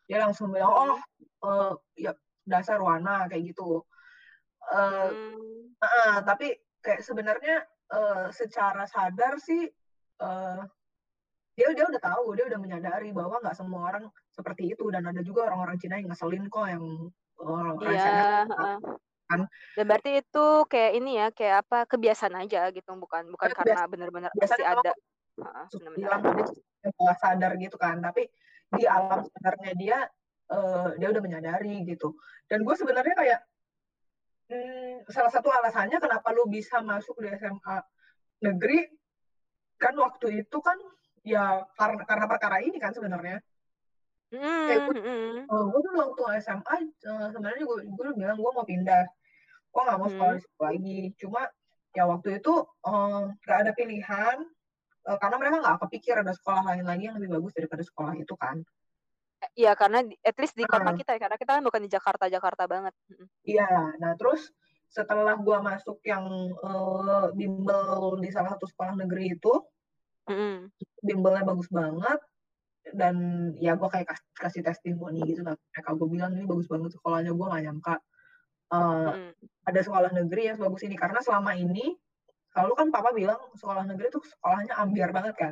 A: Dia langsung bilang, oh
B: Hmm.
A: uh, ya dasar Wana kayak gitu. Uh,
B: Hmm.
A: uh, tapi kayak sebenarnya uh, secara sadar sih uh, dia dia udah tahu, dia udah menyadari bahwa nggak semua orang seperti itu, dan ada juga orang-orang Cina yang ngeselin kok, yang uh,
B: Iya,
A: rese
B: heeh.
A: kan.
B: Dan berarti itu kayak ini ya, kayak apa, kebiasaan aja gitu, bukan bukan
A: Tapi
B: karena
A: biasa,
B: benar-benar pasti
A: biasanya memang
B: ada. Heeh, benar-benar.
A: bilang dia bawah sadar gitu kan, tapi di alam sadarnya dia uh, dia udah menyadari gitu. Dan gue sebenarnya kayak hmm, salah satu alasannya kenapa lu bisa masuk di S M A negeri kan waktu itu kan ya karena karena perkara ini kan sebenarnya. Kayak
B: Hmm,
A: gue,
B: hmm,
A: uh, gue dulu waktu S M A uh, sebenarnya gue gue bilang gue mau pindah, gue nggak mau sekolah
B: hmm.
A: di situ lagi. Cuma ya waktu itu nggak um, ada pilihan uh, karena mereka nggak kepikir ada sekolah lain lagi yang lebih bagus daripada sekolah itu kan.
B: Iya, karena di, at least di kota
A: Nah,
B: kita ya, karena kita kan bukan di Jakarta Jakarta banget. Hmm.
A: iya, nah terus setelah gue masuk yang uh, bimbel di salah satu sekolah negeri itu,
B: Hmm.
A: bimbelnya bagus banget, dan ya gue kayak kasih, kasih testimoni gitu lah. Mereka gue bilang ini bagus banget sekolahnya, gue gak nyangka uh,
B: Hmm.
A: ada sekolah negeri yang sebagus ini, karena selama ini selalu kan papa bilang sekolah negeri tuh sekolahnya ambiar banget kan.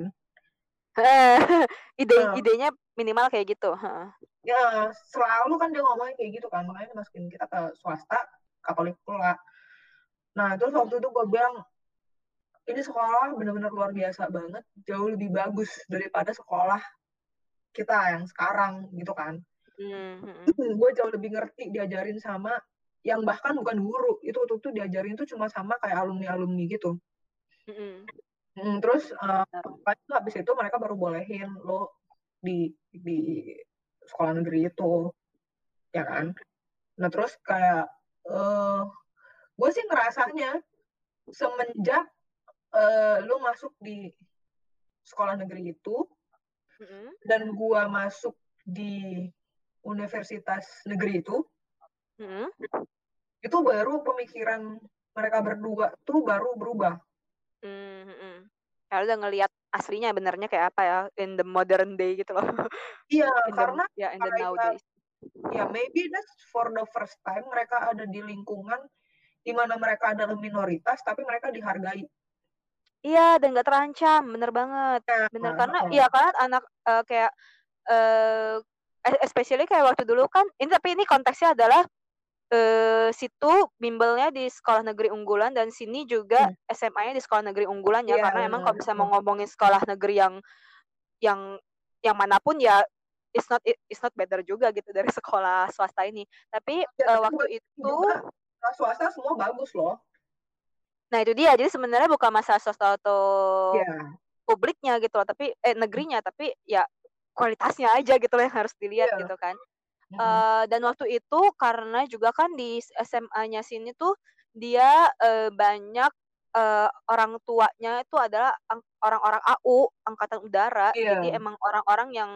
B: Ide
A: Nah,
B: idenya minimal kayak gitu. Heeh.
A: ya selalu kan dia ngomongnya kayak gitu kan, makanya masukin kita ke swasta Katolik pula. Nah terus waktu itu gue bilang ini sekolah benar-benar luar biasa banget, jauh lebih bagus daripada sekolah kita yang sekarang gitu kan.
B: Hmm. Hmm.
A: Gue jauh lebih ngerti diajarin sama yang bahkan bukan guru, itu waktu itu diajarin tuh cuma sama kayak alumni-alumni gitu.
B: Hmm.
A: Hmm, terus uh,
B: Benar.
A: habis itu mereka baru bolehin lo di di sekolah negeri itu, ya kan.
B: Hmm.
A: Nah terus kayak uh, gue sih ngerasanya semenjak uh, lo masuk di sekolah negeri itu
B: Hmm.
A: dan gue masuk di universitas negeri itu,
B: Hmm.
A: itu baru pemikiran mereka berdua tuh baru berubah.
B: Hmm. Hmm. Kalau udah ngelihat aslinya benernya kayak apa ya, in the modern day gitu loh.
A: Iya,
B: In the
A: karena
B: ya in the
A: kayak
B: nowadays.
A: ya maybe that's for the first time mereka ada di lingkungan di mana mereka adalah minoritas tapi mereka dihargai.
B: Iya, dan nggak terancam, bener banget.
A: Ya,
B: Bener karena
A: uh,
B: iya kan anak uh, kayak uh, especially kayak waktu dulu kan ini tapi ini konteksnya adalah eh, situ bimbelnya di sekolah negeri unggulan dan sini juga
A: hmm,
B: S M A-nya di sekolah negeri unggulan ya
A: iya
B: karena emang
A: benar.
B: kalau bisa mau ngomongin sekolah negeri yang yang yang manapun ya it's not it's not better juga gitu dari sekolah swasta ini. Tapi
A: Ya,
B: uh,
A: tapi bukan
B: waktu itu
A: juga swasta semua bagus loh.
B: nah itu dia. Jadi sebenarnya bukan masalah swasta atau
A: Ya,
B: publiknya gitu loh, tapi eh negerinya, tapi ya kualitasnya aja gitu loh yang harus dilihat
A: iya.
B: gitu kan.
A: Mm-mm.
B: Uh, dan waktu itu karena juga kan di S M A-nya sini tuh dia uh, banyak uh, orang tuanya itu adalah orang-orang A U, angkatan udara. Jadi
A: Iya,
B: emang orang-orang yang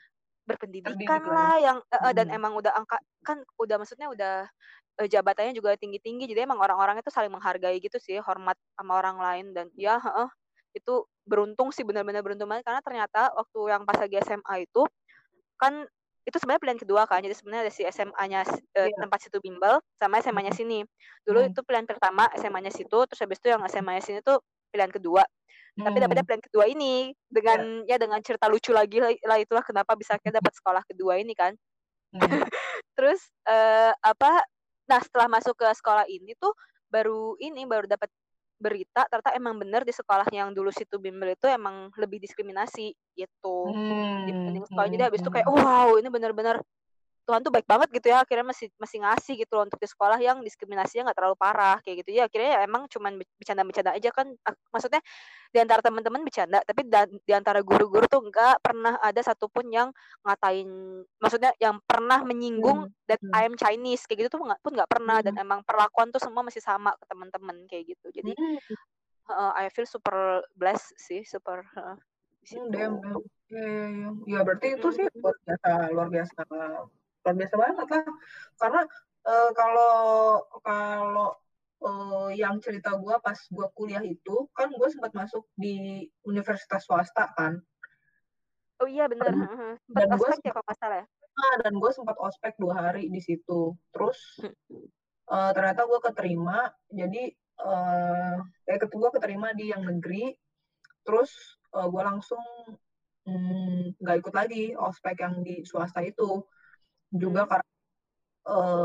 A: terdidik
B: berpendidikan
A: lah ya.
B: lah, yang uh, uh, dan
A: Mm-mm.
B: emang udah angka kan udah maksudnya udah uh, jabatannya juga tinggi-tinggi. Jadi emang orang-orang itu saling menghargai gitu sih, hormat sama orang lain dan ya uh, itu beruntung sih benar-benar beruntung banget karena ternyata waktu yang pas lagi S M A itu kan itu sebenarnya pilihan kedua kan. Jadi sebenarnya ada si S M A-nya uh,
A: Iya.
B: tempat situ bimbel sama S M A-nya
A: Mm-mm.
B: sini. Dulu
A: Mm.
B: itu pilihan pertama S M A-nya situ, terus habis itu yang S M A-nya sini tuh pilihan kedua. Tapi dapetnya
A: Mm.
B: pilihan kedua ini
A: Iya.
B: dengan ya dengan cerita lucu lagi lah itulah kenapa bisa kita dapat sekolah kedua ini kan.
A: Mm.
B: Terus uh, apa? Nah setelah masuk ke sekolah ini tuh baru ini baru dapat berita ternyata emang bener di sekolah yang dulu situ bimbel itu emang lebih diskriminasi gitu
A: Mm.
B: dibanding sekolah. Jadi
A: Mm.
B: habis itu kayak
A: Mm.
B: wow ini bener-bener Tuhan tuh baik banget gitu ya akhirnya masih masih ngasih gitu loh untuk di sekolah yang diskriminasinya nggak terlalu parah kayak gitu ya akhirnya ya emang cuman bercanda-bercanda aja kan maksudnya di antara teman-teman bercanda tapi di antara guru-guru tuh nggak pernah ada satupun yang ngatain maksudnya yang pernah menyinggung
A: Mm.
B: that
A: Mm.
B: I am Chinese kayak gitu tuh nggak pun nggak pernah dan
A: Mm.
B: emang perlakuan tuh semua masih sama ke teman-teman kayak gitu jadi
A: Mm.
B: uh, I feel super blessed sih super uh, di
A: Hmm, damn,
B: situ.
A: damn. Ya, ya, ya. Ya, berarti itu sih
B: Mm-mm.
A: luar biasa, luar biasa, luar biasa banget lah. Karena eh, kalau kalau eh, yang cerita gue pas gue kuliah itu, kan gue sempat masuk di universitas swasta kan,
B: Oh iya bener,
A: dan,
B: heeh. Sempet
A: dan gue
B: ospek ya kalau nggak salah ya?
A: ah, dan gue sempat ospek dua hari di situ. Terus uh, ternyata gue keterima. Jadi uh, eh gue keterima di yang negeri. Terus uh, gue langsung nggak mm, ikut lagi ospek yang di swasta itu. Juga hmm. karena uh,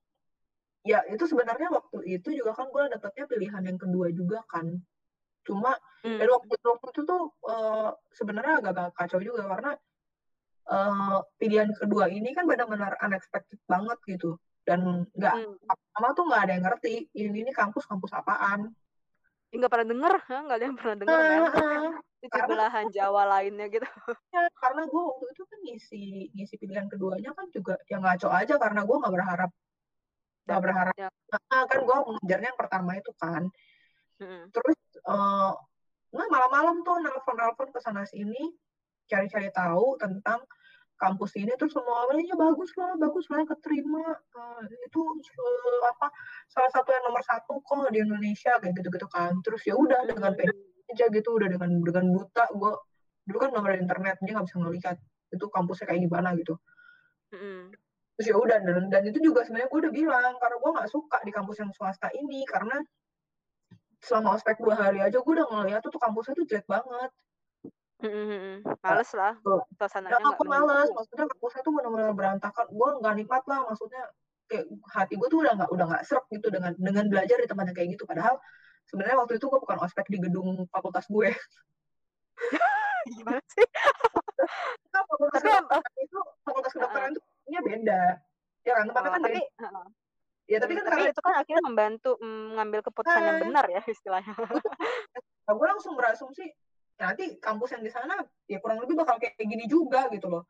A: ya itu sebenarnya waktu itu juga kan gue dapetnya pilihan yang kedua juga kan. Cuma hmm. dan waktu, waktu itu tuh uh, sebenarnya agak-agak kacau juga karena uh, pilihan kedua ini kan benar-benar unexpected banget gitu. Dan nggak hmm. apa-apa tuh nggak ada yang ngerti ini ini kampus-kampus apaan.
B: Nggak pernah denger, nggak ada yang pernah denger uh, men. Uh, itu belahan Jawa lainnya gitu.
A: Ya, karena gue waktu itu kan ngisi ngisi pilihan keduanya kan juga yang ngaco aja karena gue nggak berharap nggak berharap ya. Nah, kan gue mengejarnya yang pertama itu kan. Hmm. Terus uh, nggak malam-malam tuh nelfon-nelfon ke sana sini cari-cari tahu tentang kampus ini, terus semua orangnya bagus lah, bagus lah, keterima uh, itu uh, apa salah satu yang nomor satu kok di Indonesia kayak gitu-gitu kan. Terus ya udah hmm. dengan pede aja gitu, udah dengan dengan buta gue dulu kan nomor internet dia nggak bisa ngelihat itu kampusnya kayak gimana gitu. Hmm. Terus ya udah dan, dan itu juga sebenarnya gue udah bilang karena gue nggak suka di kampus yang swasta ini karena selama ospek dua hari aja gue udah ngeliat tuh, tuh kampusnya tuh jelek banget.
B: Mm-hmm. Males lah,
A: suasananya nggak. Aku males, maksudnya kampusnya tuh benar-benar berantakan. Gue nggak nikmat lah, maksudnya kayak hati gue tuh udah nggak udah nggak serap gitu dengan dengan belajar di tempat yang kayak gitu. Padahal sebenarnya waktu itu gue bukan ospek di gedung fakultas gue.
B: Gimana sih?
A: Nah, fakultas
B: tapi
A: kedokteran uh, itu fakultas kedokteran itu uh, beda, ya kan tempatnya
B: uh,
A: kan
B: tapi,
A: beda. Uh, ya tapi kan
B: tapi itu kan akhirnya membantu mengambil keputusan uh, yang benar ya istilahnya.
A: Gue langsung berasumsi ya, nanti kampus yang di sana ya kurang lebih bakal kayak gini juga gitu loh.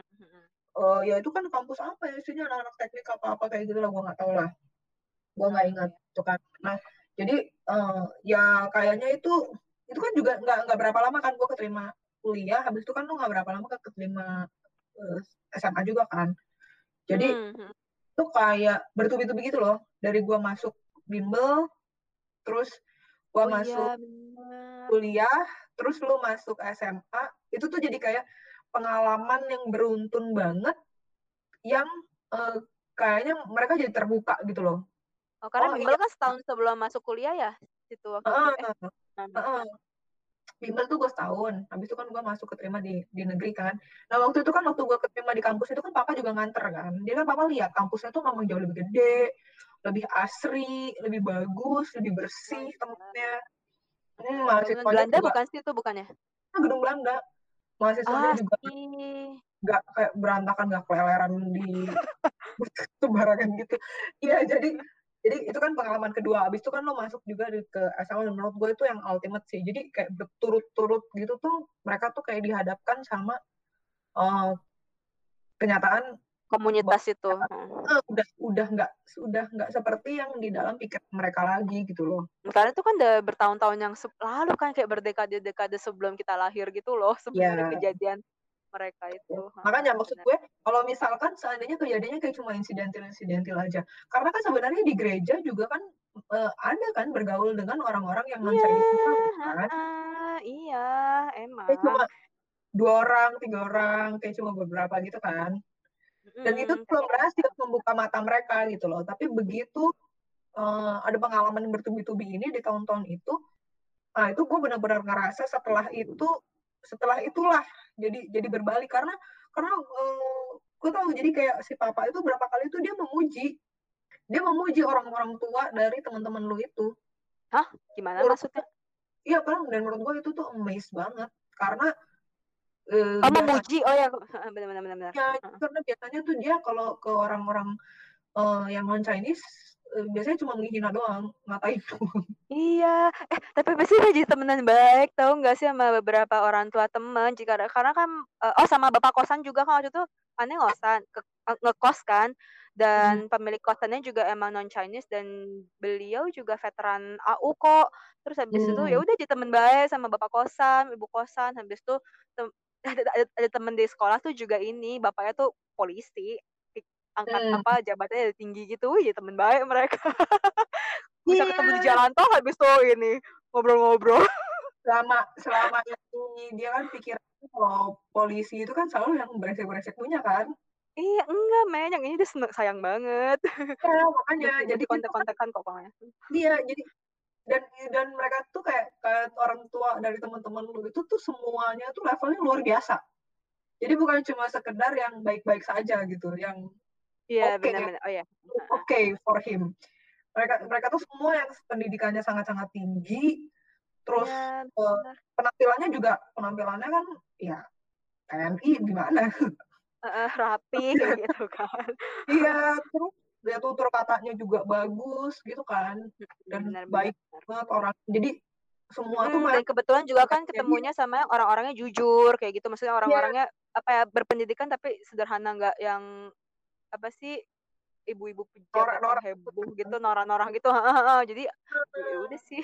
A: Uh, ya itu kan kampus apa ya isinya anak-anak teknik apa apa kayak gitu lah, gue nggak tahu lah, gue nggak ingat itu kan. Nah jadi uh, ya kayaknya itu itu kan juga nggak nggak berapa lama kan gue keterima kuliah, habis itu kan lo nggak berapa lama kan keterima uh, S M A juga kan. Jadi mm-hmm. itu kayak bertubi-tubi gitu loh, dari gue masuk bimbel, terus gue oh, masuk iya, kuliah, terus lu masuk S M A, itu tuh jadi kayak pengalaman yang beruntun banget, yang uh, kayaknya mereka jadi terbuka gitu loh.
B: Oh, karena oh, bimbel iya. kan setahun sebelum masuk kuliah ya, itu waktu uh, itu. Eh.
A: Uh, uh, bimbel tuh gue setahun, habis itu kan gue masuk keterima di di negeri kan. Nah waktu itu kan waktu gue keterima di kampus itu kan papa juga nganter kan, dia kan papa lihat kampusnya tuh memang jauh lebih gede, lebih asri, lebih bagus, lebih bersih tempatnya. Hmm,
B: mahasiswanya Belanda juga, bukan sih itu bukannya?
A: Nah, gedung Belanda. Mahasiswanya ah, juga nggak kayak berantakan, nggak keleleran di sembarangan gitu. Iya jadi jadi itu kan pengalaman kedua. Abis itu kan lo masuk juga di, ke S M A, dan menurut gue itu yang ultimate sih. Jadi kayak berturut-turut gitu tuh mereka tuh kayak dihadapkan sama uh, kenyataan
B: komunitas itu.
A: Uh, udah udah nggak udah nggak seperti yang di dalam pikir mereka lagi gitu loh.
B: Karena itu kan udah bertahun-tahun yang lalu kan, kayak berdekade-dekade sebelum kita lahir gitu loh sebenarnya yeah. kejadian mereka itu.
A: Ya. Makanya ha, maksud gue kalau misalkan seandainya kejadiannya kayak cuma insidentil-insidentil aja, karena kan sebenarnya di gereja juga kan uh, ada kan bergaul dengan orang-orang yang non-Chinese
B: yeah, kan? Uh, iya emang.
A: Kayak cuma dua orang, tiga orang, kayak cuma beberapa gitu kan. Dan mm, itu belum berhasil membuka mata mereka gitu loh. Tapi begitu uh, ada pengalaman bertubi-tubi ini di tahun-tahun itu, nah itu gue benar-benar ngerasa setelah itu, setelah itulah jadi jadi berbalik karena karena uh, gue tahu jadi kayak si papa itu berapa kali itu dia memuji dia memuji orang-orang tua dari teman-teman lu itu.
B: Hah? Gimana menurut, maksudnya?
A: Iya kan, dan menurut gue itu tuh amazed banget karena
B: uh, oh memuji, oh ya benar-benar.
A: Ya, karena biasanya tuh dia kalau ke orang-orang uh, yang non Chinese uh, biasanya cuma menghina doang, ngatain doang.
B: Iya, eh tapi pasti udah jadi temenan baik, tahu nggak sih sama beberapa orang tua temen. Jika karena kan, uh, oh sama bapak kosan juga kan waktu itu aneh ngosan, ke, uh, ngekos kan, dan hmm. pemilik kosannya juga emang non Chinese dan beliau juga veteran A U kok. Terus habis hmm. itu ya udah jadi temen baik sama bapak kosan, ibu kosan. Habis itu tem- ada, ada, ada temen di sekolah tuh juga ini, bapaknya tuh polisi, angkat hmm. apa jabatannya tinggi gitu, ya temen baik mereka. Bisa yeah. ketemu di jalan toh habis tuh ini ngobrol-ngobrol.
A: Selama selama ini dia kan pikirannya kalau polisi itu kan selalu yang beresek-beresek punya kan.
B: Iya, enggak men, yang ini dia seneng, sayang banget.
A: Iya, makanya.
B: Masih
A: Jadi
B: masih
A: itu kan
B: kontak-kontakan kok pokoknya.
A: iya, jadi dan dan mereka tuh kayak kayak orang tua dari teman-teman lu itu tuh semuanya tuh levelnya luar biasa. Jadi bukan cuma sekedar yang baik-baik saja gitu, yang
B: Iya,
A: oke,
B: benar benar. Oh ya. Heeh.
A: oke for him. Mereka mereka tuh semua yang pendidikannya sangat-sangat tinggi, terus
B: Iya,
A: eh,
B: benar.
A: penampilannya juga penampilannya kan ya T N I gimana?
B: Heeh, rapi kayak gitu kan.
A: Iya, terus dia tutur katanya juga bagus gitu kan, dan
B: Mhm, benar benar
A: baik
B: benar.
A: banget orang. Jadi semua tuh
B: Mhm, dan
A: masuk
B: kebetulan juga kan
A: kontaknya dia.
B: ketemunya sama yang orang-orangnya jujur kayak gitu, maksudnya
A: Iya,
B: orang-orangnya apa ya, berpendidikan tapi sederhana, nggak yang apa sih, ibu-ibu pejabat yang
A: norak-norak gitu
B: heboh
A: kan.
B: gitu, norak-norak gitu, heeh heeh. Jadi ya udah sih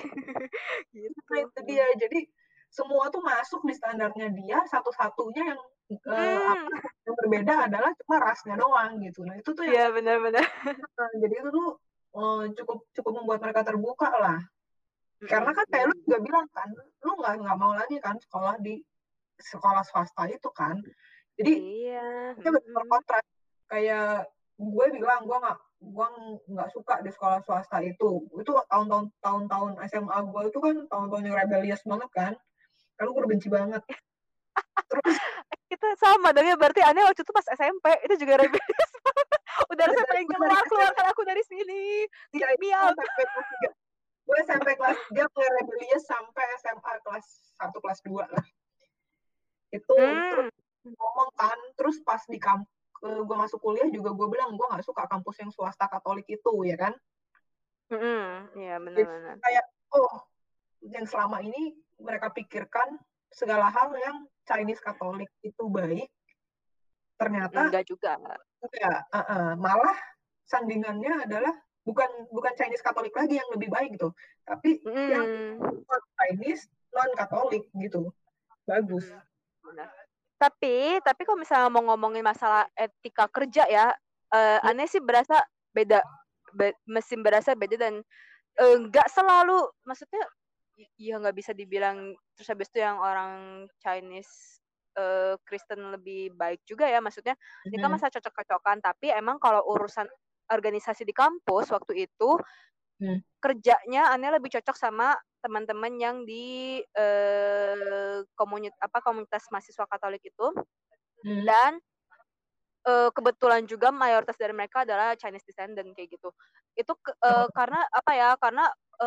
A: Nah,
B: gitu.
A: itu dia. Jadi semua tuh masuk di standarnya dia, satu-satunya yang eh,
B: Mhm.
A: apa yang berbeda adalah cuma rasnya doang gitu. Nah, itu tuh yang
B: Iya, benar benar.
A: eh, jadi itu tuh eh, cukup cukup membuat mereka terbuka lah. Karena
B: Mhm,
A: kan kayak
B: benar.
A: lu juga bilang kan, lu nggak nggak mau lagi kan sekolah di sekolah swasta itu kan. Jadi
B: Iya,
A: dia benar
B: mhm.
A: kontrak. Kayak gue bilang gue nggak gue nggak suka di sekolah swasta itu. Itu tahun-tahun tahun-tahun S M A gue itu kan tahun-tahun yang rebellious banget kan. Lalu gue udah benci banget. Terus
B: Kita sama dong ya, berarti aneh waktu itu pas S M P, itu juga rebellious banget. Udah
A: gue
B: rasanya
A: dari,
B: pengen
A: gue dari
B: keluar,
A: S M P,
B: keluarkan aku dari sini,
A: ya
B: kick
A: itu
B: me
A: gue
B: out.
A: sampai kelas tiga. Gue sampai kelas tiga mulai rebellious sampai S M A kelas satu kelas dua lah. Itu terus
B: Hmm.
A: ngomong kan, terus pas di kamp gue masuk kuliah juga gue bilang gue nggak suka kampus yang swasta Katolik itu ya kan.
B: Mhm, iya
A: Jadi
B: benar-benar.
A: kayak oh yang selama ini mereka pikirkan segala hal yang Chinese Katolik itu baik, ternyata
B: Enggak juga.
A: enggak, uh-uh. Malah sandingannya adalah bukan bukan Chinese Katolik lagi yang lebih baik gitu, tapi yang
B: Mhm.
A: non Chinese non Katolik gitu bagus.
B: Mhm, benar. Tapi tapi kalau misalnya mau ngomongin masalah etika kerja ya, eee,
A: Hmm,
B: aneh sih berasa beda, be mesti berasa beda dan, eee, nggak selalu maksudnya ya nggak bisa dibilang terus habis itu yang orang Chinese, eee, Kristen lebih baik juga ya, maksudnya ini kan
A: hmm,
B: masa cocok-cocokan, tapi emang kalau urusan organisasi di kampus waktu itu,
A: hmm,
B: kerjanya Ane lebih cocok sama teman-teman yang di eh, komunitas apa komunitas mahasiswa Katolik itu
A: hmm.
B: dan eh, kebetulan juga mayoritas dari mereka adalah Chinese descendant kayak gitu. Itu ke, eh, karena apa ya? Karena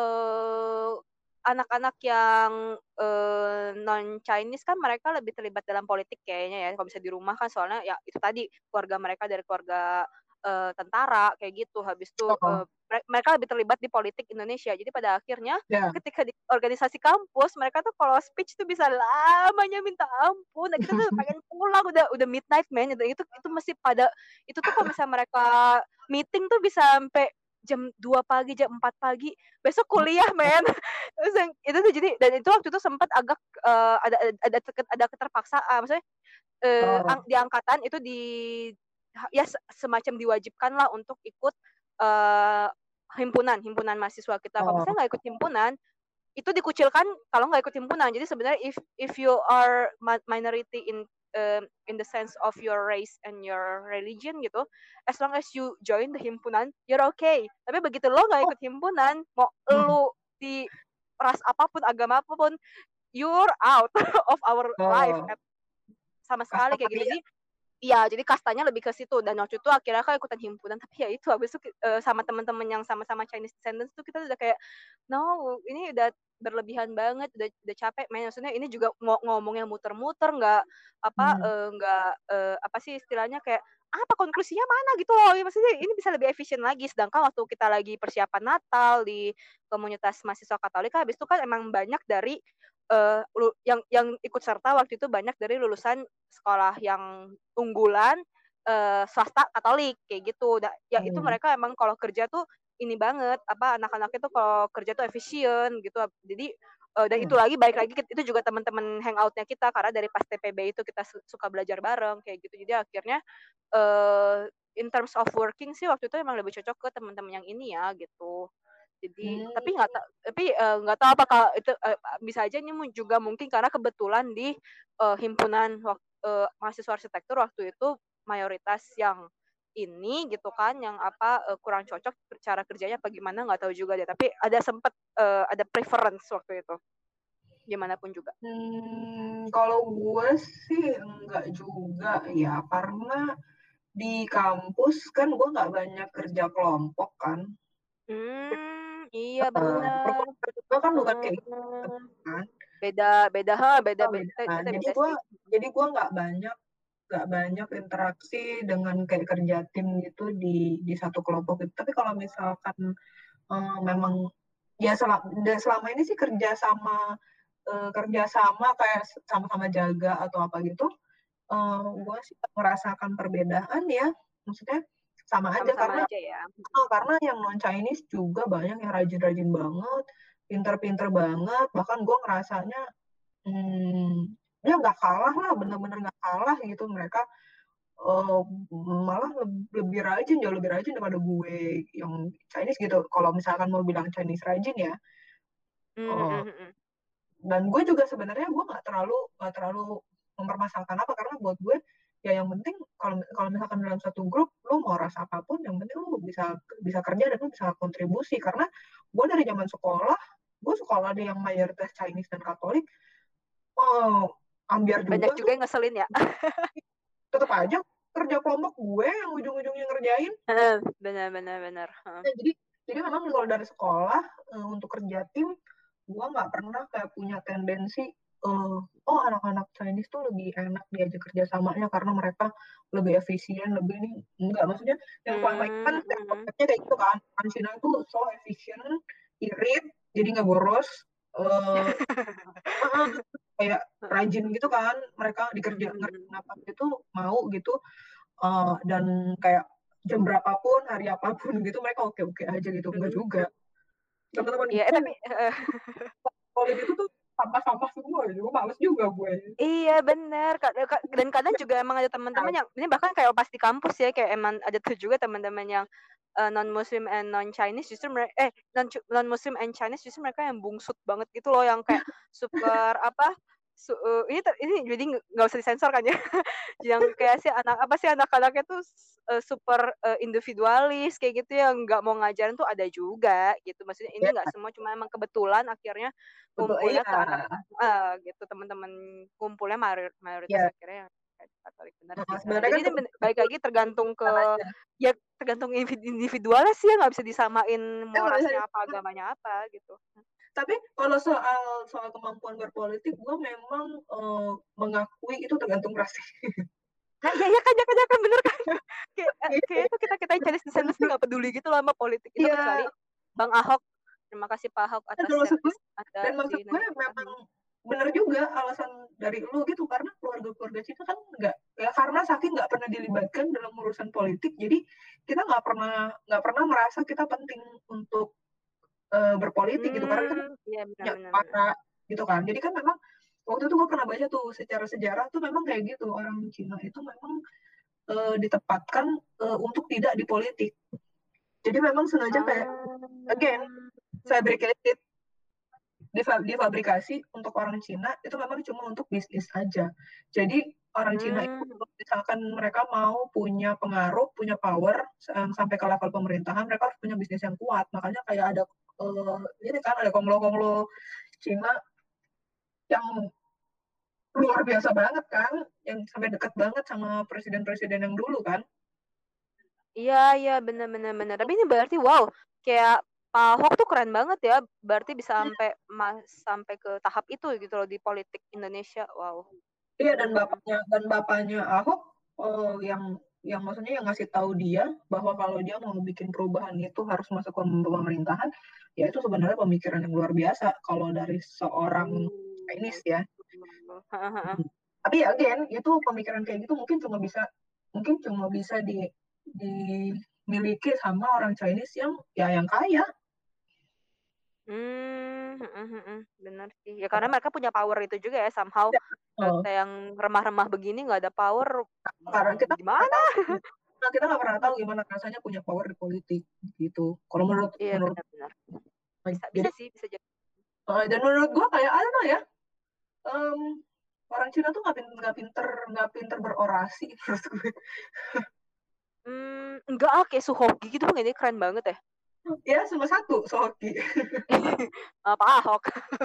B: eh, anak-anak yang eh, non Chinese kan mereka lebih terlibat dalam politik kayaknya ya. Kalau bisa di rumah kan soalnya ya itu tadi keluarga mereka dari keluarga eh, tentara kayak gitu. Habis itu
A: Oh
B: eh, mereka lebih terlibat di politik Indonesia. Jadi pada akhirnya
A: ya,
B: ketika di organisasi kampus mereka tuh kalau speech tuh bisa lamanya minta ampun. Nah, kita tuh pengen pulang udah udah midnight man itu itu itu mesti pada itu tuh kalau misalnya mereka meeting tuh bisa sampai jam dua pagi, jam empat pagi. Besok kuliah, men. Terus yang itu tuh jadi dan itu waktu itu sempat agak uh, ada ada ada keterpaksaan. Maksudnya uh,
A: oh,
B: di angkatan itu di ya semacam diwajibkan lah untuk ikut uh, himpunan himpunan mahasiswa kita. Kalau
A: oh,
B: misalnya nggak ikut himpunan, itu dikucilkan kalau nggak ikut himpunan. Jadi sebenarnya if if you are minority in um, in the sense of your race and your religion gitu, as long as you join the himpunan, you're okay. Tapi begitu lo nggak
A: oh,
B: ikut himpunan, mau
A: hmm,
B: lo di ras apapun, agama apapun, you're out of our life
A: oh,
B: sama sekali kayak gitu.
A: kastanya,
B: Jadi iya, jadi kastanya lebih ke situ dan waktu itu akhirnya kan ikutan himpunan tapi ya itu habis itu uh, sama teman-teman yang sama-sama Chinese descendants tuh kita udah kayak no, ini udah berlebihan banget, udah udah capek men. Maksudnya ini juga ng ngomongnya muter-muter nggak apa
A: hmm,
B: uh, nggak uh, apa sih istilahnya kayak apa konklusinya mana gitu loh. Maksudnya ini bisa lebih efisien lagi sedangkan waktu kita lagi persiapan Natal di komunitas mahasiswa Katolik habis itu kan emang banyak dari uh, yang yang ikut serta waktu itu banyak dari lulusan sekolah yang unggulan uh, swasta Katolik kayak gitu. Da, ya itu
A: hmm,
B: mereka emang kalau kerja tuh ini banget apa anak-anaknya tuh kalau kerja tuh efisien gitu. Jadi uh, dan itu
A: hmm,
B: lagi baik lagi itu juga teman-teman hangoutnya kita karena dari pas T P B itu kita suka belajar bareng kayak gitu. Jadi akhirnya uh, in terms of working sih waktu itu emang lebih cocok ke teman-teman yang ini ya gitu. Jadi
A: hmm,
B: tapi nggak tahu tapi uh, nggak tahu apakah itu uh, bisa aja ini juga mungkin karena kebetulan di uh, himpunan uh, mahasiswa arsitektur waktu itu mayoritas yang ini gitu kan, yang apa uh, kurang cocok cara kerjanya apa gimana nggak tahu juga deh. Tapi ada sempet uh, ada preference waktu itu. Gimana pun juga.
A: Hmm, kalau gue sih enggak juga ya, karena di kampus kan gue nggak banyak kerja kelompok kan.
B: Hmm, iya
A: Uh,
B: benar.
A: gue kan bukan kayak gitu
B: Hmm,
A: kan.
B: beda beda ha beda
A: Oh,
B: beda
A: beda kan.
B: kita
A: Jadi
B: beda
A: gue
B: sih.
A: jadi gue nggak banyak nggak banyak interaksi dengan kayak kerja tim gitu di di satu kelompok gitu. Tapi kalau misalkan uh, memang ya selama, selama ini sih kerja sama uh, kerja sama kayak sama-sama jaga atau apa gitu, uh, gue sih merasakan perbedaan ya, maksudnya sama aja
B: Sama-sama
A: karena
B: aja ya.
A: oh, karena yang non Chinese juga banyak yang rajin-rajin banget, pinter-pinter banget, bahkan gue ngerasanya hmm, ya nggak kalah lah, bener-bener nggak kalah gitu mereka, uh, malah lebih, lebih rajin, jauh lebih rajin daripada gue yang Chinese gitu. Kalau misalkan mau bilang Chinese rajin ya. Uh,
B: Mm-mm.
A: dan gue juga sebenarnya gue nggak terlalu nggak terlalu mempermasalahkan apa, karena buat gue ya yang penting kalau kalau misalkan dalam satu grup lo mau ras apapun yang penting lo bisa bisa kerja dan lo bisa kontribusi. Karena gue dari zaman sekolah, gue sekolah ada yang mayoritas Chinese dan Katolik, oh ambiar
B: Banyak
A: juga
B: juga
A: tuh
B: yang ngeselin ya.
A: tetap aja kerja kelompok gue yang ujung-ujungnya ngerjain.
B: benar benar benar.
A: Nah, jadi jadi memang kalau dari sekolah uh, untuk kerja tim, gue nggak pernah kayak punya tendensi uh, oh anak-anak Chinese tuh lebih enak diajak kerjasamanya karena mereka lebih efisien, lebih ini enggak, maksudnya yang selama ini kan
B: Hmm,
A: stereotipnya kayak gitu kan, orang Cina itu so efisien, irit, jadi nggak boros, uh, uh, kayak rajin gitu kan, mereka dikerja ngerjain apa gitu mau gitu, uh, dan kayak jam berapapun hari apapun gitu mereka oke oke aja gitu. Enggak juga, teman-teman
B: Iya, eh,
A: gue
B: tapi uh,
A: kalau gitu tuh sampah-sampah semua gitu, males juga gue.
B: iya benar. Dan kadang juga emang ada teman-teman yang ini bahkan kayak pas di kampus ya, kayak emang ada tuh juga teman-teman yang uh, non Muslim and non Chinese justru mereka eh non non Muslim and Chinese justru mereka yang bungsut banget gitu loh, yang kayak super apa su, uh, ini ter, ini jadi nggak usah disensor kan ya. Yang kayak sih anak apa sih anak-anaknya tuh uh, super uh, individualis kayak gitu, yang nggak mau ngajarin tuh ada juga gitu. Maksudnya ini
A: Ya,
B: nggak semua, cuma emang kebetulan akhirnya
A: betul, iya.
B: kumpulnya ke anak uh, gitu, teman-teman kumpulnya mayoritas
A: Ya,
B: akhirnya yang Katolik, benar
A: nah,
B: sih. Uh,
A: sebenarnya
B: jadi
A: kan
B: ini baik lagi tergantung ke
A: aja.
B: ya tergantung individualnya sih ya, nggak bisa disamain
A: Ya,
B: mau
A: nggak bisa.
B: rasnya apa agamanya apa gitu.
A: Tapi kalau soal soal kemampuan berpolitik, gue memang uh, mengakui itu tergantung ras.
B: Nah iya iya kan ya kan ya kan bener kan. kayak kayak itu kita kita Chinese descendants nih nggak peduli gitu loh sama politik itu, kecuali
A: Iya,
B: Bang Ahok. Terima kasih Pak Ahok
A: dan
B: atas
A: maksud gue,
B: servis Anda
A: dan maksud
B: di
A: gue
B: Indonesia.
A: memang benar juga alasan dari lu gitu, karena keluarga-keluarga kita kan nggak, ya karena saking nggak pernah dilibatkan dalam urusan politik, jadi kita nggak pernah nggak pernah merasa kita penting untuk uh, berpolitik gitu, karena kita
B: Hmm, iya
A: punya
B: benar-benar benar.
A: suara gitu kan. Jadi kan memang waktu itu gue pernah baca tuh secara sejarah tuh memang kayak gitu, orang Cina itu memang uh, ditempatkan uh, untuk tidak di politik. Jadi memang sengaja kayak again
B: Ah,
A: fabricated, difabrikasi untuk orang Cina itu memang cuma untuk bisnis aja. Jadi orang Cina itu
B: hmm,
A: misalkan mereka mau punya pengaruh, punya power sampai ke level pemerintahan, mereka harus punya bisnis yang kuat. Makanya kayak ada uh, ini kan ada konglo-konglo Cina yang luar biasa banget kan, yang sampai dekat banget sama presiden-presiden yang dulu kan.
B: iya iya benar-benar benar. Tapi ini berarti wow, kayak Pak Ahok tuh keren banget ya. Berarti bisa sampai mas, sampai ke tahap itu gitu loh di politik Indonesia. Wow.
A: Iya, dan
B: Hmm.
A: bapaknya dan bapaknya Ahok uh, yang yang maksudnya yang ngasih tahu dia bahwa kalau dia mau bikin perubahan itu harus masuk ke pemerintahan, ya itu sebenarnya pemikiran yang luar biasa kalau dari seorang Chinese ya.
B: Hahaha.
A: Hmm. Tapi ya again, itu pemikiran kayak gitu mungkin cuma bisa mungkin cuma bisa di dimiliki sama orang Chinese yang ya yang kaya.
B: Hmm, mhm mhm, bener sih. Ya karena mereka punya power itu juga ya somehow. Kalau
A: Oh,
B: kita yang remah-remah begini nggak ada power,
A: karena kita
B: hmm,
A: nggak
B: gimana?
A: tahu nah, kita nggak pernah tahu gimana rasanya punya power di politik gitu. Kalau menurut
B: Iya
A: menurut
B: benar-benar. Bisa bisa
A: jadi
B: sih, bisa jadi.
A: uh, dan menurut gue kayak I don't know ya, um, orang Cina tuh nggak pinter nggak pinter nggak pinter berorasi menurut gue.
B: Hmm, enggak ah, kayak Suhoki gitu kan, ini keren banget ya.
A: Ya cuma satu Suhoki.
B: Apa Ahok?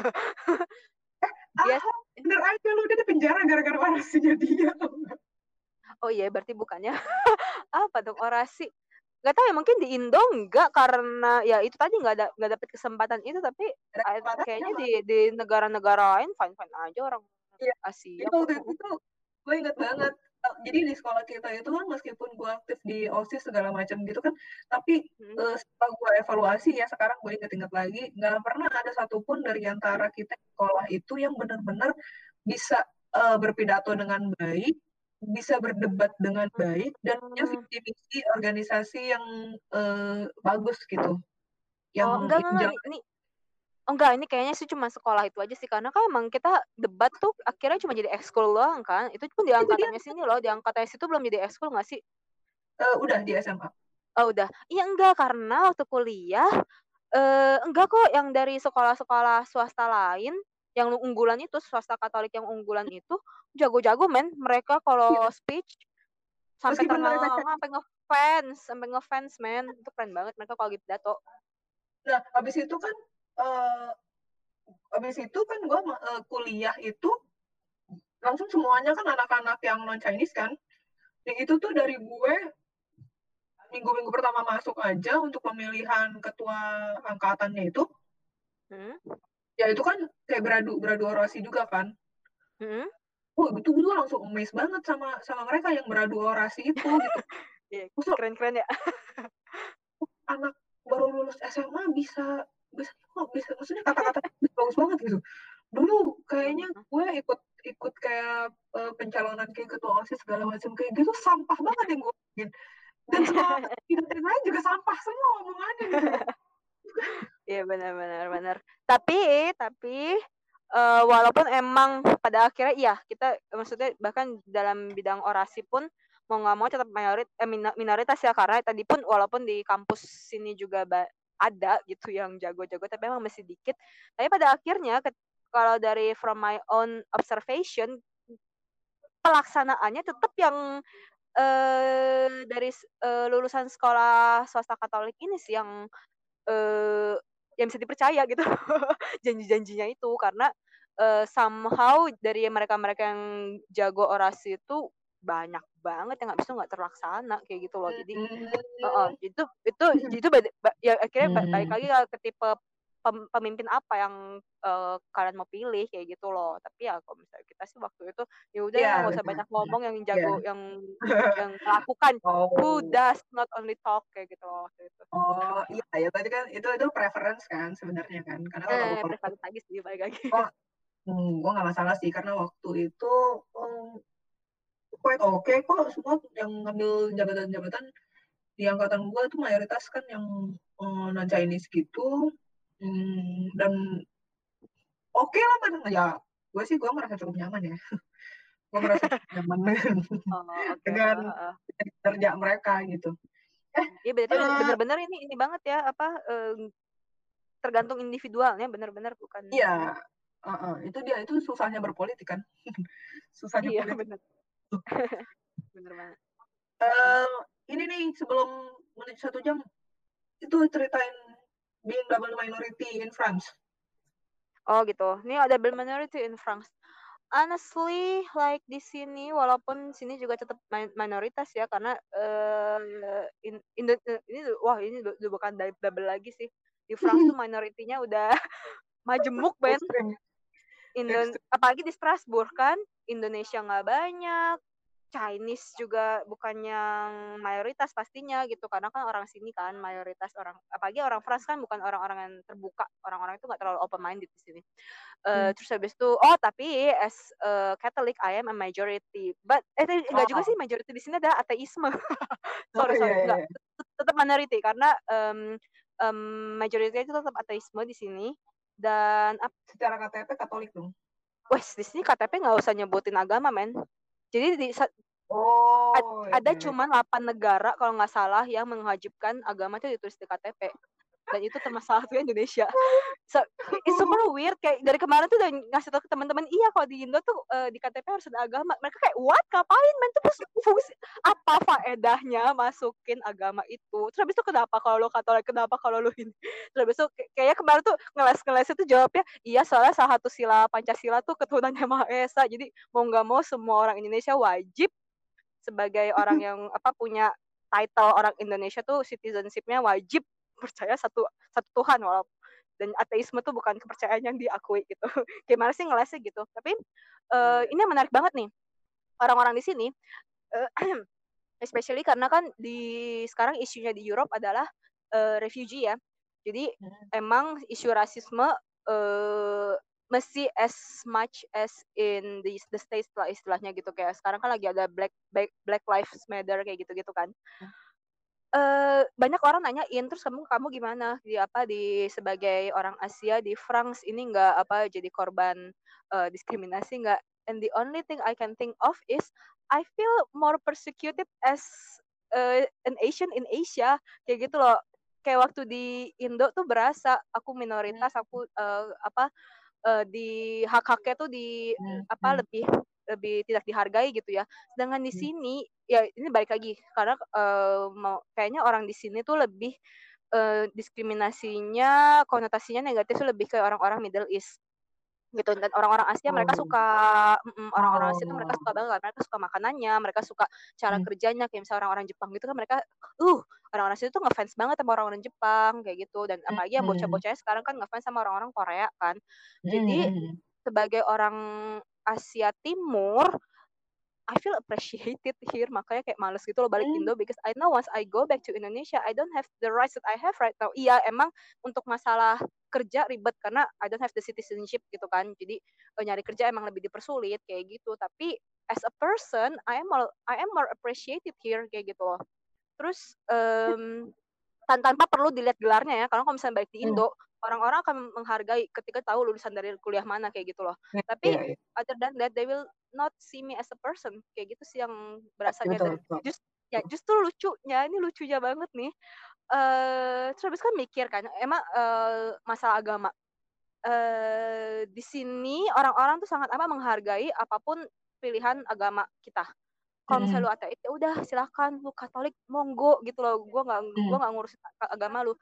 A: eh Ahok bener aja lu udah di penjara gara-gara orasinya dia.
B: Oh iya, berarti bukannya apa dong orasi? Gak tahu ya, mungkin di Indo enggak karena ya itu tadi nggak ada nggak dapet kesempatan itu, tapi kayaknya di di negara-negara lain fine fine aja orang
A: ya,
B: Asia.
A: Itu waktu itu tuh gue inget banget. Jadi di sekolah kita itu kan meskipun gue aktif di OSIS segala macam gitu kan, tapi hmm. uh, setelah gue evaluasi ya sekarang gue inget-inget lagi, nggak pernah ada satupun dari antara kita di sekolah itu yang benar-benar bisa uh, berpidato dengan baik, bisa berdebat dengan baik, dan punya visi misi organisasi yang uh, bagus gitu. Yang
B: oh, enggak, enggak, enggak. Ini, oh enggak, ini kayaknya sih cuma sekolah itu aja sih, karena kan emang kita debat tuh akhirnya cuma jadi ekskul doang kan. Itu pun di angkatannya sini loh, di angkatannya situ belum jadi ekskul nggak sih?
A: Uh, udah di S M A.
B: Oh udah. Iya enggak, karena waktu kuliah uh, enggak kok, yang dari sekolah-sekolah swasta lain yang unggulan itu, swasta Katolik yang unggulan itu jago-jago men, mereka kalau speech sampai ternganga, sampai ngefans, sampai ngefans men, itu keren banget mereka kalau gitu pidato.
A: Nah, habis itu kan uh, habis itu kan gue uh, kuliah itu langsung semuanya kan anak-anak yang non Chinese kan. Yang itu tuh dari gue minggu-minggu pertama masuk aja untuk pemilihan ketua angkatannya itu. Hmm? Ya itu kan kayak beradu beradu orasi juga kan. Hmm? Oh, itu gue langsung amazed banget sama sama mereka yang beradu orasi itu gitu.
B: Iya, keren-keren ya.
A: Anak baru lulus S M A bisa bisa kok bisa maksudnya kata-katanya bagus banget gitu. Dulu kayaknya gue ikut ikut kayak uh, pencalonan kayak ketua OSIS segala macam kayak gitu sampah banget yang gue bikin. Dan semua kandidat lain juga sampah semua omongannya gitu.
B: Iya benar-benar benar. Tapi tapi uh, walaupun emang pada akhirnya iya kita maksudnya bahkan dalam bidang orasi pun mau nggak mau tetap mayorit, eh, minoritas ya, karena tadi pun walaupun di kampus sini juga ada gitu yang jago-jago tapi emang masih dikit. Tapi pada akhirnya kalau dari from my own observation pelaksanaannya tetap yang uh, dari uh, lulusan sekolah swasta Katolik ini sih yang uh, yang bisa dipercaya gitu janji-janjinya itu, karena uh, somehow dari mereka-mereka yang jago orasi itu banyak banget yang habis itu nggak terlaksana kayak gitu loh. Jadi uh, uh, itu itu itu ya akhirnya balik lagi ke tipe pemimpin apa yang uh, kalian mau pilih kayak gitu loh. Tapi ya kalau misalnya kita sih waktu itu ya udah yeah, nggak usah banyak ngomong, yang jago yeah. yang yang melakukan oh. Who does not only talk kayak gitu loh waktu itu.
A: Oh iya ya, tadi kan itu itu preference kan sebenarnya kan, karena kalau
B: eh, preference lagi sih balik lagi.
A: Oh, hmm, gue nggak masalah sih karena waktu itu um, quite oke okay kok, semua yang ngambil jabatan-jabatan di angkatan gue itu mayoritas kan yang um, non Chinese gitu, hmm, dan oke okay lah kan ya, gue sih gue merasa cukup nyaman ya. Gue merasa cukup nyaman dengan, oh, okay. dengan uh, uh. kerja mereka gitu.
B: Eh, iya berarti uh, benar-benar ini ini banget ya apa uh, tergantung individualnya, benar-benar bukan.
A: Iya, uh, uh, itu dia itu susahnya berpolitik kan. Susahnya
B: iya,
A: politik.
B: Bener. Bener banget.
A: Uh, ini nih sebelum menuju satu jam itu ceritain being double minority in France.
B: Oh gitu. Ini ada double minority in France. Honestly, like di sini, walaupun sini juga tetap minoritas ya, karena uh, in, in the, ini wah ini udah bukan double lagi sih. Di France tuh minoritinya udah majemuk ben. Indon apalagi di Strasbourg kan, Indonesia nggak banyak, Chinese juga bukan yang mayoritas pastinya gitu, karena kan orang sini kan mayoritas orang, apalagi orang France kan bukan orang-orang yang terbuka, orang-orang itu nggak terlalu open minded di sini. Uh, hmm. Terus habis itu, oh tapi as uh, Catholic I am a majority, but eh enggak oh. juga sih majority di sini ada ateisme. sorry oh, sorry iya, enggak, iya. Tetap minority karena um, um, majority itu tetap ateisme di sini. Dan
A: secara K T P Katolik dong.
B: Wes di sini K T P nggak usah nyebutin agama men. Jadi di
A: oh,
B: ad, ada
A: iya.
B: cuma delapan negara kalau nggak salah yang mewajibkan agama itu ditulis di K T P. dan itu termasuk salah satunya Indonesia. So, it's super weird, kayak dari kemarin tuh udah ngasih tau ke teman-teman, iya kalau di Indo tuh uh, di K T P harus ada agama. Mereka kayak what, ngapain men, terus fungsi apa faedahnya masukin agama itu, terus habis itu kenapa kalau lo Katolik, kenapa kalau lo ini, terus habis itu kayaknya kemarin tuh ngeles-ngeles itu jawabnya iya soalnya salah satu sila Pancasila tuh keturunannya Maha Esa, jadi mau nggak mau semua orang Indonesia wajib sebagai orang yang apa punya title orang Indonesia tuh citizenship-nya wajib percaya satu satu Tuhan, walaupun dan ateisme tuh bukan kepercayaan yang diakui gitu. Gimana sih ngelesnya gitu. Tapi uh, ini yang menarik banget nih. Orang-orang di sini uh, especially karena kan di sekarang isunya di Europe adalah uh, refugee ya. Jadi hmm. emang isu rasisme uh, masih as much as in the, the States lah istilahnya gitu, kayak sekarang kan lagi ada Black Black, Black Lives Matter kayak gitu-gitu kan. Hmm. Uh, banyak orang nanyain terus kamu kamu gimana di apa di sebagai orang Asia di France ini nggak apa jadi korban uh, diskriminasi nggak? And the only thing I can think of is I feel more persecuted as uh, an Asian in Asia kayak gitu loh. Kayak waktu di Indo tuh berasa aku minoritas, aku uh, apa uh, di hak-haknya tuh di hmm. apa lebih lebih tidak dihargai gitu ya. Sedangkan di sini ya ini balik lagi karena uh, mau kayaknya orang di sini tuh lebih uh, diskriminasinya konotasinya negatif tuh lebih ke orang-orang Middle East gitu, dan orang-orang Asia oh. mereka suka mm, orang-orang Asia tuh mereka suka banget, mereka suka makanannya, mereka suka cara hmm. kerjanya, kayak misalnya orang-orang Jepang gitu kan mereka uh orang-orang Asia tuh ngefans banget sama orang-orang Jepang kayak gitu, dan apalagi yang bocah-bocahnya sekarang kan ngefans sama orang-orang Korea kan. Jadi hmm. sebagai orang Asia Timur I feel appreciated here, makanya kayak males gitu loh balik mm. Indo, because I know once I go back to Indonesia I don't have the rights that I have right now. Iya emang untuk masalah kerja ribet karena I don't have the citizenship gitu kan, jadi uh, nyari kerja emang lebih dipersulit kayak gitu, tapi as a person I am more, I am more appreciated here kayak gitu loh. Terus um, tanpa perlu dilihat gelarnya ya, karena kalau misalnya balik di Indo mm. orang-orang akan menghargai ketika tahu lulusan dari kuliah mana kayak gitu loh. Yeah, Tapi yeah, yeah. other than that, they will not see me as a person kayak gitu sih yang berasanya. Dan just ya justru lucunya, ini lucunya banget nih. Uh, terus kan mikir kan, emang uh, masalah agama. Uh, di sini orang-orang tuh sangat apa menghargai apapun pilihan agama kita. Kalau misalnya lu ateis ya udah silakan, lu Katolik monggo gitu loh, gue nggak gue nggak ngurus agama lu.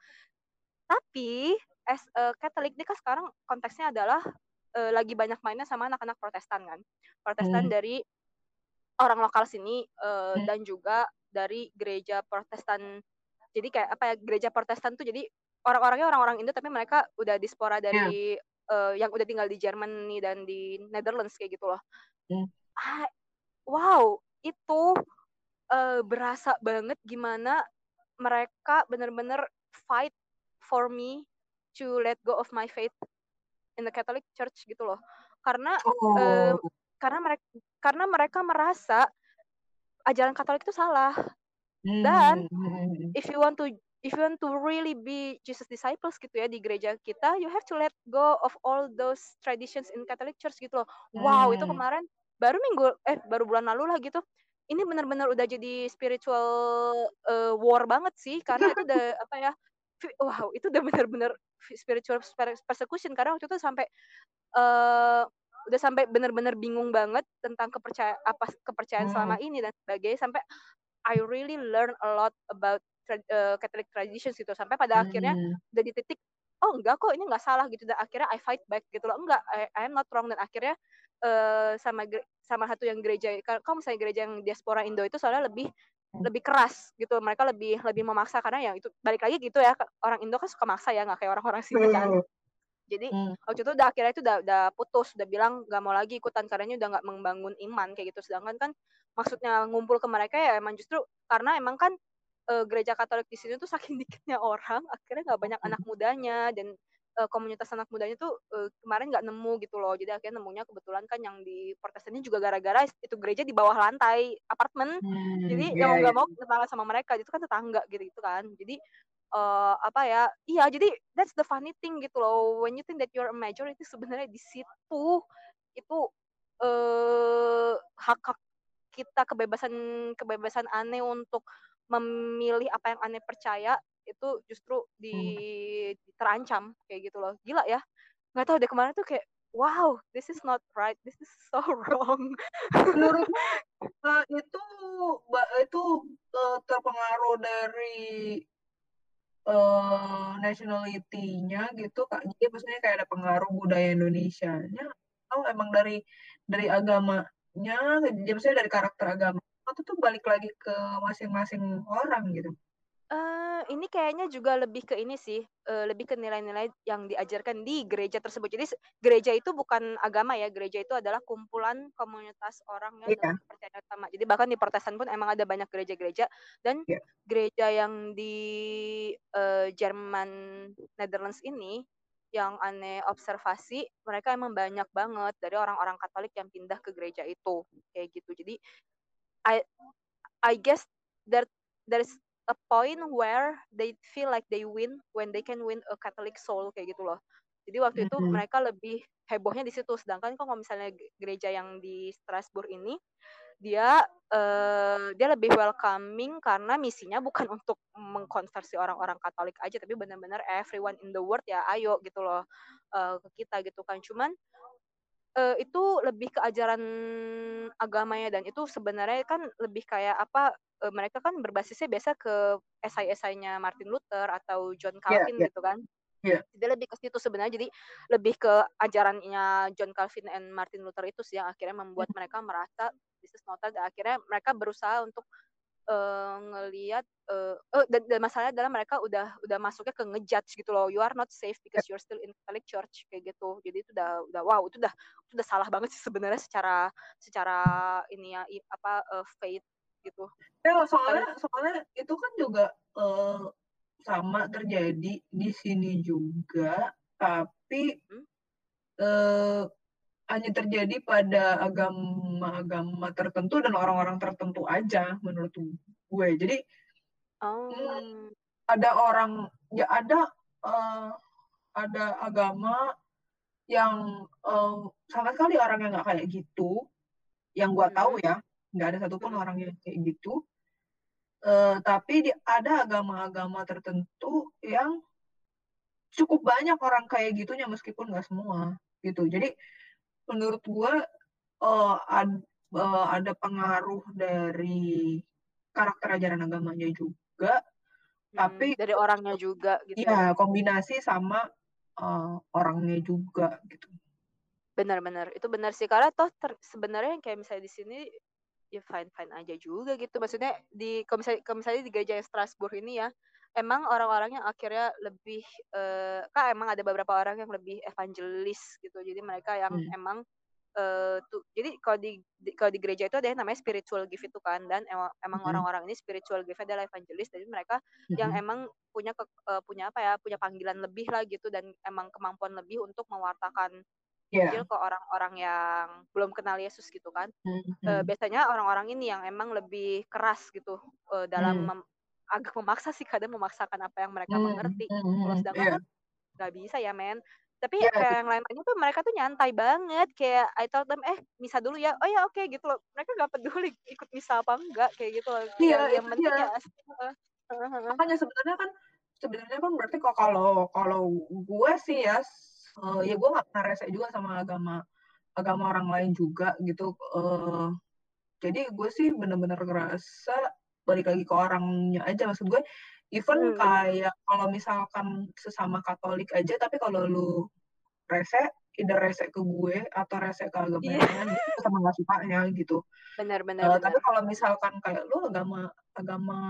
B: Tapi as a Catholic ini kan sekarang konteksnya adalah uh, lagi banyak mainnya sama anak-anak Protestan kan, Protestan hmm. dari orang lokal sini uh, hmm. dan juga dari gereja Protestan. Jadi kayak apa ya, gereja Protestan tuh jadi orang-orangnya orang-orang Indo tapi mereka udah diaspora dari yeah. uh, yang udah tinggal di Germany dan di Netherlands kayak gitu loh. Hmm. Ah, wow, itu uh, berasa banget gimana mereka bener-bener fight for me to let go of my faith in the Catholic Church gitu loh, karena oh. uh, karena mereka karena mereka merasa ajaran Katolik itu salah. hmm. Dan if you want to if you want to really be Jesus disciples gitu ya di gereja kita, you have to let go of all those traditions in Catholic Church gitu loh. hmm. Wow, itu kemarin baru minggu eh baru bulan lalu lah gitu. Ini benar-benar udah jadi spiritual uh, war banget sih, karena itu udah apa ya, wow itu udah benar-benar spiritual persecution, karena waktu itu sampai uh, udah sampai benar-benar bingung banget tentang kepercayaan apa kepercayaan hmm. selama ini dan sebagainya, sampai I really learn a lot about uh, Catholic traditions gitu, sampai pada hmm. akhirnya udah di titik oh enggak kok ini nggak salah gitu, dan akhirnya I fight back gitu loh, enggak I, I am not wrong, dan akhirnya uh, sama sama satu yang gereja, kalau misalnya gereja yang diaspora Indo itu soalnya lebih lebih keras gitu, mereka lebih lebih memaksa, karena ya itu balik lagi gitu ya, orang Indo kan suka maksa ya, nggak kayak orang-orang sini kan. Jadi hmm. waktu itu udah akhirnya itu udah udah putus, udah bilang nggak mau lagi ikutan karena udah nggak membangun iman kayak gitu. Sedangkan kan maksudnya ngumpul ke mereka ya emang justru karena emang kan e, gereja Katolik di sini tuh saking dikitnya orang, akhirnya nggak banyak anak mudanya, dan e, komunitas anak mudanya tuh e, kemarin nggak nemu gitu loh. Jadi akhirnya nemunya kebetulan kan yang di Protestan ini juga gara-gara itu gereja di bawah lantai apartemen. Hmm, jadi yeah, yang nggak yeah. mau tetangga sama mereka, itu kan tetangga gitu gitu kan. Jadi Uh, apa ya, iya jadi that's the funny thing gitu loh, when you think that you're a majority, sebenarnya di situ itu uh, hak-hak kita, kebebasan kebebasan aneh untuk memilih apa yang aneh percaya itu justru di
A: Hmm.
B: terancam kayak gitu loh. Gila ya. Nggak tahu deh kemarin tuh kayak wow, this is not right, this is so wrong.
A: Menurutmu uh, itu itu uh, terpengaruh dari uh, nationality-nya gitu Kak. Jadi maksudnya kayak ada pengaruh budaya Indonesia-nya atau emang dari dari agamanya, jadi maksudnya dari karakter agama atau tuh balik lagi ke masing-masing orang gitu.
B: Uh, ini kayaknya juga lebih ke ini sih, uh, lebih ke nilai-nilai yang diajarkan di gereja tersebut. Jadi gereja itu bukan agama ya, gereja itu adalah kumpulan komunitas orang yang
A: Iya.
B: dengan kepercayaan sama. Jadi bahkan di Protestan pun emang ada banyak gereja-gereja dan
A: Iya.
B: gereja yang di uh, Jerman Netherlands ini yang aneh observasi, mereka emang banyak banget dari orang-orang Katolik yang pindah ke gereja itu kayak gitu. Jadi I I guess there there's a point where they feel like they win when they can win a Catholic soul kayak gitu loh. Jadi waktu itu
A: Hmm.
B: mereka lebih hebohnya di situ. Sedangkan kalau misalnya gereja yang di Strasbourg ini dia uh, dia lebih welcoming karena misinya bukan untuk mengkonversi orang-orang Katolik aja, tapi benar-benar everyone in the world ya ayo gitu loh uh, ke kita gitu kan. Cuman uh, itu lebih ke ajaran agamanya dan itu sebenarnya kan lebih kayak apa uh, mereka kan berbasisnya biasa ke esai-esainya Martin Luther atau John
A: Iya,
B: Calvin
A: iya,
B: gitu kan.
A: iya.
B: Jadi lebih ke situ sebenarnya, jadi lebih ke ajarannya John Calvin and Martin Luther itu sih yang akhirnya membuat mereka merasa this is not right. Dan akhirnya mereka berusaha untuk uh, ngelihat uh, oh, dan, dan masalahnya adalah mereka udah udah masuknya ke ngejudge gitu loh, you are not safe because you're still in Catholic Church kayak gitu. Jadi itu udah udah wow, itu udah itu udah salah banget sih sebenarnya secara secara ini ya i- apa uh, faith gitu.
A: Ya,
B: Kadang
A: soalnya soalnya itu kan juga uh, sama terjadi di sini juga, tapi
B: hmm,
A: uh, hanya terjadi pada agama-agama tertentu dan orang-orang tertentu aja menurut gue. Jadi hmm,
B: oh,
A: ada orang ya ada uh, ada agama yang uh, sama sekali orang yang nggak kayak gitu, yang gue tahu
B: hmm,
A: ya, nggak ada satupun
B: hmm,
A: orang yang kayak gitu. Uh, tapi di, ada agama-agama tertentu yang cukup banyak orang kayak gitunya meskipun nggak semua gitu. Jadi menurut gue uh, ad, uh, ada pengaruh dari karakter ajaran agamanya juga,
B: hmm,
A: tapi
B: dari orangnya juga gitu ya.
A: ya kombinasi sama uh, orangnya juga gitu.
B: Benar-benar, itu benar sih karena toh ter sebenarnya yang kayak misalnya di sini, ya fine-fine aja juga gitu. Maksudnya di kalau misalnya kalau misalnya di gereja yang Strasbourg ini ya, emang orang-orang yang akhirnya lebih, eee, Kak, emang ada beberapa orang yang lebih evangelis gitu. Jadi mereka yang
A: Hmm.
B: emang, eee, tuh jadi kalau di di kalau di gereja itu ada yang namanya spiritual gift itu kan dan emang emang
A: Hmm.
B: orang-orang ini spiritual gift adalah evangelis, jadi mereka yang
A: Hmm.
B: emang punya ke eee, punya apa ya, punya panggilan lebih lah gitu dan emang kemampuan lebih untuk mewartakan Injil
A: Ya.
B: ke orang-orang yang belum kenal Yesus gitu kan.
A: Hmm.
B: Eee,
A: Hmm.
B: biasanya orang-orang ini yang emang lebih keras gitu, eee, dalam
A: Hmm.
B: mem agak memaksa sih kadang memaksakan apa yang mereka
A: Hmm.
B: mengerti
A: Hmm.
B: gitu loh.
A: Hmm.
B: Sedangkan
A: Ya.
B: kan nggak bisa ya men. Tapi
A: Ya,
B: kayak yang lain-lainnya tuh mereka tuh nyantai banget, kayak I told them, "Eh, misa dulu ya." "Oh ya, oke," gitu loh. Mereka nggak peduli ikut misa apa enggak, kayak gitu loh.
A: iya
B: Yang yang
A: itu
B: penting
A: dia.
B: ya heeh, heeh heeh.
A: Makanya sebenarnya kan sebenarnya kan berarti kok kalau kalau gue sih ya, uh, ya gue nggak pernah rese juga sama agama agama orang lain juga gitu. Uh, jadi gue sih bener-bener ngerasa balik lagi ke orangnya aja. Maksud gue, even
B: Mhm, bener.
A: kayak kalau misalkan sesama Katolik aja, tapi kalau lu rese, either rese ke gue atau rese ke agama
B: Iya,
A: yang lain, itu sama nggak sukanya gitu.
B: bener bener
A: Uh, tapi
B: bener.
A: kalau misalkan kayak lu agama agama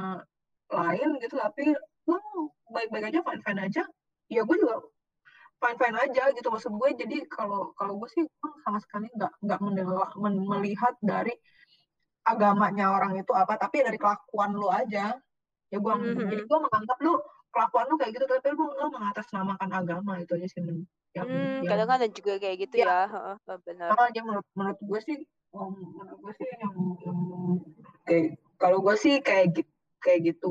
A: lain gitu, tapi lu baik-baik aja, fine-fine aja, ya gue juga fine-fine aja gitu. Maksud gue, jadi kalau kalau gue sih gue sama sekali nggak nggak menela- men- melihat dari agamanya orang itu apa, tapi dari kelakuan lu aja. Ya gue
B: Mhm
A: jadi
B: mhm.
A: gue menganggap lu kelakuan lu kayak gitu, tapi lu, lu mengatasnamakan agama, itu aja sih men- yang
B: Mmm,
A: yang
B: kadang kan ada juga kayak gitu
A: ya
B: ya, heeh, bener.
A: apa aja menurut menurut gue sih, um, menurut gue sih yang, yang kayak kalau gue sih kayak gitu kayak gitu.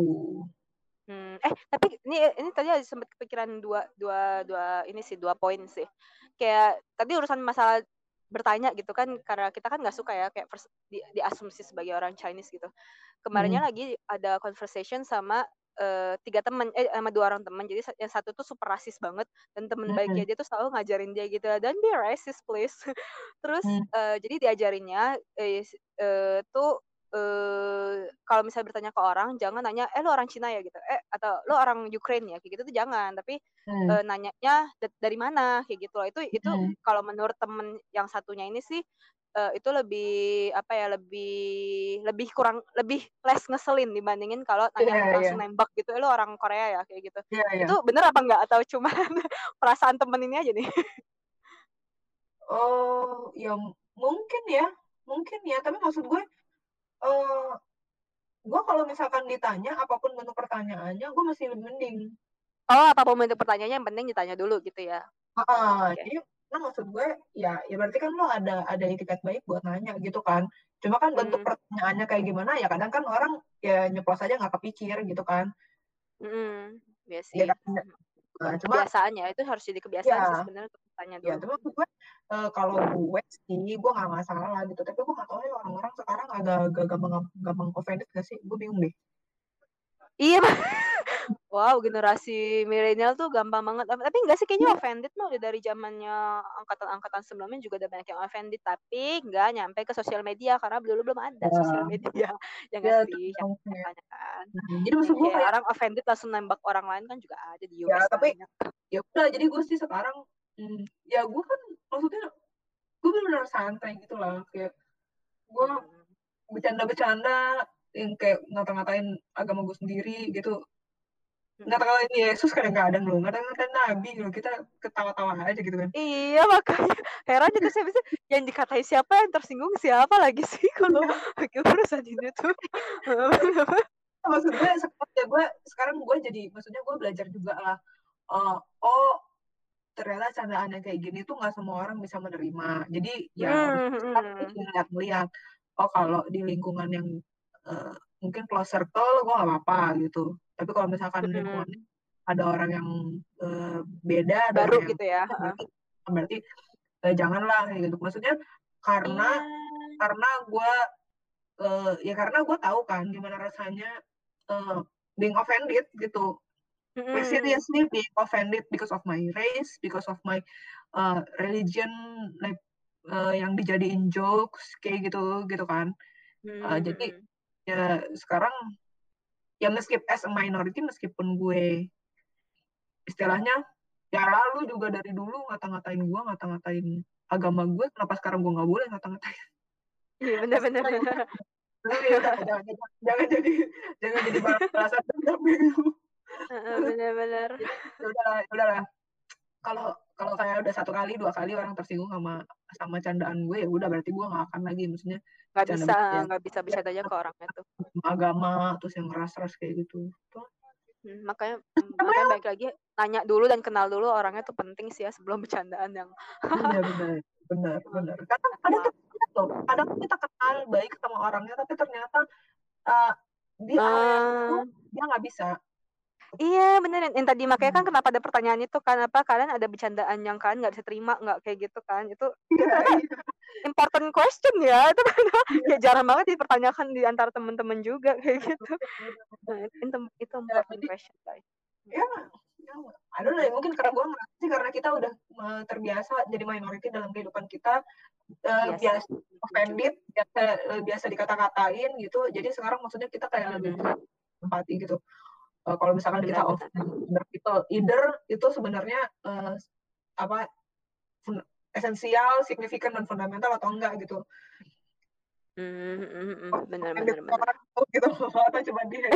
B: Hmm, eh tapi ini ini tadi ada sempet kepikiran dua dua dua ini sih, dua poin sih. Kayak tadi urusan masalah bertanya gitu kan, karena kita kan nggak suka ya kayak first di diasumsi sebagai orang Chinese gitu. Kemarinnya
A: Hmm.
B: lagi ada conversation sama, uh, tiga teman eh sama dua orang teman. Jadi yang satu tuh super rasis banget dan teman
A: Hmm.
B: baiknya dia tuh selalu ngajarin dia gitu, don't be racist please. Terus
A: Hmm.
B: uh, jadi diajarinnya eh, uh, tuh uh, kalau misalnya bertanya ke orang jangan nanya eh lu orang Cina ya gitu, eh atau lu orang Ukraine ya kayak gitu tuh jangan, tapi
A: Hmm.
B: uh, nanyanya dari mana kayak gitu loh. Itu itu
A: Hmm.
B: kalau menurut temen yang satunya ini sih uh, itu lebih apa ya lebih lebih kurang lebih less ngeselin dibandingin kalau nanya
A: Yeah,
B: langsung
A: yeah.
B: nembak gitu, eh, lu orang Korea ya kayak gitu.
A: Yeah, yeah.
B: Itu bener apa enggak atau cuma perasaan temen ini aja nih?
A: Oh ya mungkin ya mungkin ya tapi maksud gue uh, gue kalau misalkan ditanya apapun bentuk pertanyaannya gue masih mending.
B: Oh, apapun bentuk pertanyaannya yang penting ditanya dulu gitu ya.
A: Ah,
B: Oke.
A: jadi nah maksud gue ya ya berarti kan lo ada ada etiket baik buat nanya gitu kan. Cuma kan bentuk
B: Hmm.
A: pertanyaannya kayak gimana ya kadang kan orang ya nyeplos aja nggak kepikir gitu kan.
B: Hmm, ya
A: Ya
B: sih.
A: kan? Nah, cuma
B: Kebiasaan ya, itu harus jadi kebiasaan sih
A: ya
B: sebenarnya untuk tanya
A: ya
B: dulu.
A: tapi maksud gue uh, kalau gue sih gue nggak masalah gitu tapi gue nggak tahu ya orang-orang sekarang agak agak gampang gampang offended gak sih, gue bingung deh.
B: Iya, wow, generasi milenial tuh gampang banget. Tapi enggak sih kayaknya offended mah udah dari zamannya angkatan-angkatan sebelumnya juga udah banyak yang offended, tapi enggak nyampe ke sosial media karena dulu belum ada
A: Ya,
B: sosial media. Ya
A: ya
B: enggak
A: itu
B: sih, yang
A: mungkin.
B: katanya kan.
A: Nah, jadi maksud
B: Yang
A: gue
B: kayak
A: kayak
B: orang offended langsung nembak orang lain kan juga ada di U
A: ya
B: S
A: tapi
B: banyak.
A: ya udah jadi gue sih sekarang hmm, ya gue kan maksudnya gue benar-benar santai gitu lah kayak gue
B: Hmm.
A: bercanda-bercanda yang kayak ngata-ngatain agama gue sendiri gitu,
B: Hmm.
A: ngata-ngatain Yesus kadang-kadang loh, ngata-ngatain Nabi loh, kita ketawa-tawa aja gitu kan.
B: Iya makanya heran itu saya bisa yang dikatain siapa yang tersinggung siapa lagi sih kalau bikin urusan ini tuh.
A: Maksud gue sekarang ya gue sekarang gue jadi maksudnya gue belajar juga lah uh, oh ternyata candaan yang kayak gini tuh nggak semua orang bisa menerima, jadi ya harus
B: Hmm,
A: kita
B: hmm.
A: melihat-melihat oh kalau di lingkungan yang uh, mungkin close circle gue nggak apa-apa gitu, tapi kalau misalkan lingkungan
B: Hmm.
A: ada orang yang uh, beda, ada
B: Baru
A: orang yang
B: gitu ya.
A: berarti berarti uh, janganlah kayak gitu maksudnya karena
B: Iya.
A: karena gue uh, ya karena gue tahu kan gimana rasanya uh, being offended gitu. Like
B: Hmm.
A: seriously being offended because of my race, because of my uh, religion, like uh, yang dijadiin jokes kayak gitu gitu kan. Uh, jadi
B: Hmm.
A: ya sekarang ya meskipun as a minority meskipun gue istilahnya ya lalu juga dari dulu ngata-ngatain gue, ngata-ngatain agama gue, kenapa sekarang gue nggak boleh ngata-ngatain?
B: Iya benar-benar.
A: Ya udah jangan, jangan, jangan jadi jangan jadi balasan dendam gitu.
B: Benar-benar.
A: Ya udahlah, ya udahlah. Kalau kalau kayak udah satu kali dua kali orang tersinggung sama sama candaan gue ya udah berarti gue nggak akan lagi maksudnya
B: Nggak bisa
A: bercanda-bercanda
B: nggak bisa bercandanya ke orangnya tuh.
A: agama terus yang keras-keras kayak gitu.
B: Hmm, makanya makanya baik lagi nanya dulu dan kenal dulu orangnya tuh penting sih ya sebelum bercandaan yang
A: Iya benar benar benar. Kadang kadang tuh loh, kadang kita kenal baik sama orangnya tapi ternyata uh, di area itu
B: uh,
A: dia nggak bisa.
B: Iya bener yang tadi makanya kan
A: Hmm.
B: kenapa ada pertanyaan itu kan apa kalian ada bercandaan yang kalian nggak bisa terima nggak kayak gitu kan itu itu
A: Iya,
B: ternyata
A: iya,
B: important question ya itu kan
A: iya.
B: ya jarang banget dipertanyakan di antara teman-teman juga kayak gitu. Nah, itu itu
A: Ya,
B: important
A: jadi
B: question guys.
A: ya, ya aduh lah mungkin karena gue ngerasa sih karena kita udah uh, terbiasa jadi minority dalam kehidupan kita, uh,
B: Iya sih.
A: biasa offended, biasa uh, biasa dikata-katain gitu, jadi sekarang maksudnya kita kayak lebih
B: Hmm.
A: empati gitu. Uh, kalau misalkan kita
B: Benar-benar.
A: offended people either itu sebenarnya uh, apa fun- esensial, signifikan dan fundamental atau enggak gitu.
B: Hmm, hmm, hmm.
A: Offended
B: Benar-benar benar.
A: orang gitu atau cuma dia.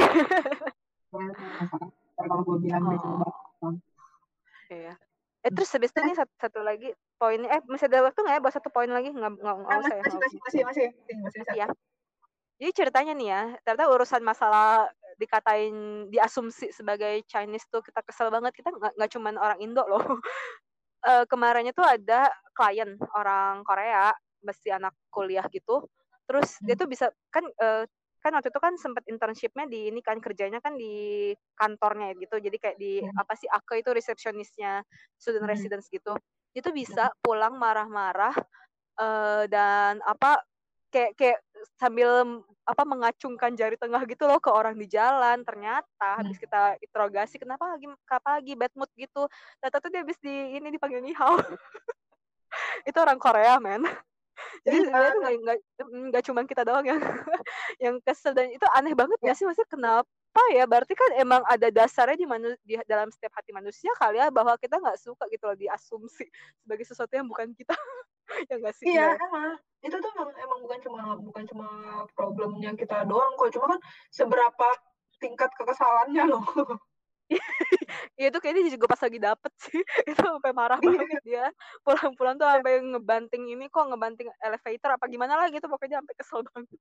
A: Kalau gue bilang dia cuma
B: Oh
A: bapak.
B: iya. Eh terus habis itu nih satu, satu lagi poinnya eh masih ada waktu nggak ya buat satu poin lagi nggak nggak nggak usah ya
A: Masih
B: nggak
A: masih masih masih masih bisa.
B: ya. Jadi ceritanya nih ya, ternyata urusan masalah dikatain diasumsi sebagai Chinese tuh kita kesel banget. Kita nggak nggak cuman orang Indo loh. Uh, kemarinnya tuh ada klien orang Korea, mesti anak kuliah gitu. Terus dia tuh bisa kan uh, kan waktu itu kan sempat internshipnya di ini kan kerjanya kan di kantornya gitu. Jadi kayak di apa sih Ake itu resepsionisnya student residence gitu. Itu bisa pulang marah-marah uh, dan apa kayak kayak sambil apa mengacungkan jari tengah gitu loh ke orang di jalan. Ternyata habis kita interogasi kenapa lagi kenapa lagi bad mood gitu. Ternyata tuh dia habis di ini dipanggil ni hao. Itu orang Korea, men. Jadi sebenarnya tuh nggak nggak nggak cuma kita doang yang yang kesel dan itu aneh banget nggak sih, maksudnya kenapa ya? Berarti kan emang ada dasarnya di manu di dalam setiap hati manusia kali ya bahwa kita nggak suka gitu loh diasumsi sebagai sesuatu yang bukan kita. Ya nggak sih?
A: Iya,
B: Nggak ya?
A: emang itu tuh emang, emang bukan cuma bukan cuma problemnya kita doang kok, cuma kan seberapa tingkat kekesalannya loh.
B: Iya itu kayaknya juga pas lagi dapet sih itu sampai marah banget dia pulang-pulang tuh sampai ngebanting ini kok ngebanting elevator apa gimana lah gitu pokoknya sampai kesel banget.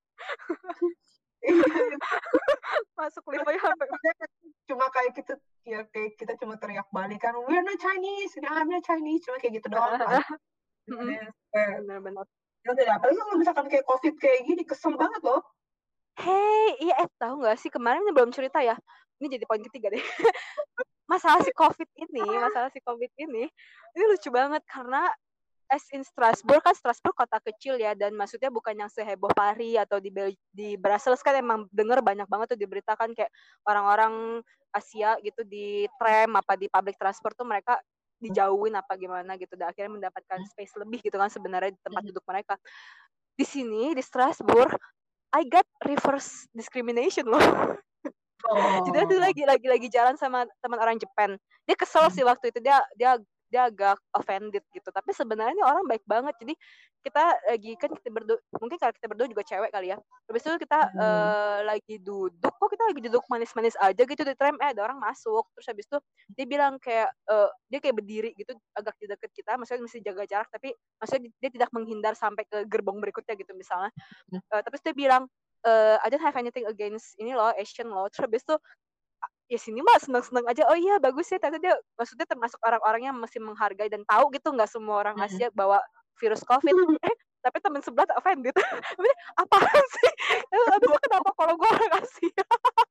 B: Masuk lift aja sampai
A: cuma kayak gitu ya kayak kita cuma teriak balik kan we're not Chinese, I'm not Chinese, cuma kayak gitu doang kan.
B: Bener-bener.
A: Ya udah, apalagi kalau misalkan kayak COVID kayak gini kesel banget loh.
B: Hey, iya eh tahu nggak sih kemarin ini belum cerita ya. Ini jadi poin ketiga deh. Masalah si COVID ini, masalah si COVID ini, ini lucu banget karena as in Strasbourg kan Strasbourg kota kecil ya dan maksudnya bukan yang seheboh Paris atau di Bel- di Brussels kan emang denger banyak banget tuh diberitakan kayak orang-orang Asia gitu di tram apa di public transport tuh mereka dijauhin apa gimana gitu dan akhirnya mendapatkan space lebih gitu kan sebenarnya di tempat duduk mereka. Di sini di Strasbourg I got reverse discrimination loh. Oh. Jadi dia lagi lagi lagi jalan sama teman orang Jepang. Dia kesel sih waktu itu dia dia dia agak offended gitu. Tapi sebenarnya ini orang baik banget. Jadi kita lagi kan kita berdua mungkin kalau kita berdua juga cewek kali ya. Habis itu kita hmm. uh, lagi duduk kok kita lagi duduk manis-manis aja gitu di tram eh ada orang masuk. Terus habis itu dia bilang kayak uh, dia kayak berdiri gitu agak di dekat kita. Maksudnya mesti jaga jarak tapi maksudnya dia tidak menghindar sampai ke gerbong berikutnya gitu misalnya. Uh, tapi dia bilang uh, I don't have anything against ini loh Asian loh. Terus habis itu ya sini mah seneng-seneng aja. Oh iya bagus ya ternyata dia maksudnya termasuk orang-orang yang masih menghargai dan tahu gitu nggak semua orang Asia bawa virus COVID. Eh tapi temen sebelah tak offended. Apaan sih? Abis kenapa kalau gue orang Asia?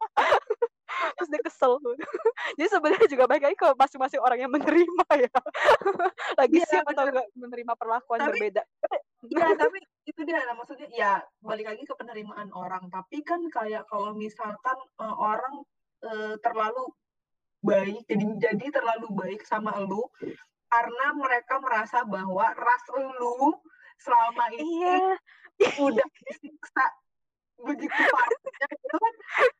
B: Terus dia kesel. Jadi sebenarnya juga baik lagi kalau masing-masing orang yang menerima ya. Lagi ya, siap atau enggak menerima perlakuan tapi, berbeda.
A: Iya tapi itu dia maksudnya ya balik lagi ke penerimaan orang. Tapi kan kayak kalau misalkan uh, orang uh, terlalu baik jadi jadi terlalu baik sama elu karena mereka merasa bahwa ras elu selama ini iya. udah disiksa begitu parahnya gitu kan.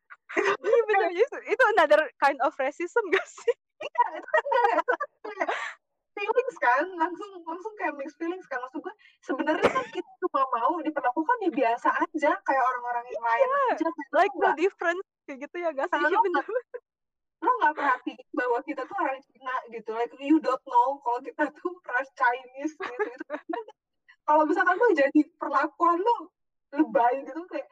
B: Iya benar itu another kind of racism gak sih?
A: Iya itu kan kayak feelings kan langsung langsung kayak mixed feelings kan maksud gue sebenarnya kan kita cuma mau diperlakukan ya biasa aja kayak orang-orang yang lain
B: yeah,
A: aja
B: like no difference kayak gitu ya gak sih?
A: Iya benar. Lo nggak perhatiin bahwa kita tuh orang Cina gitu, like you don't know kalau kita tuh ras Chinese gitu. Itu. Kalau misalkan lo jadi perlakuan lo lebay gitu kayak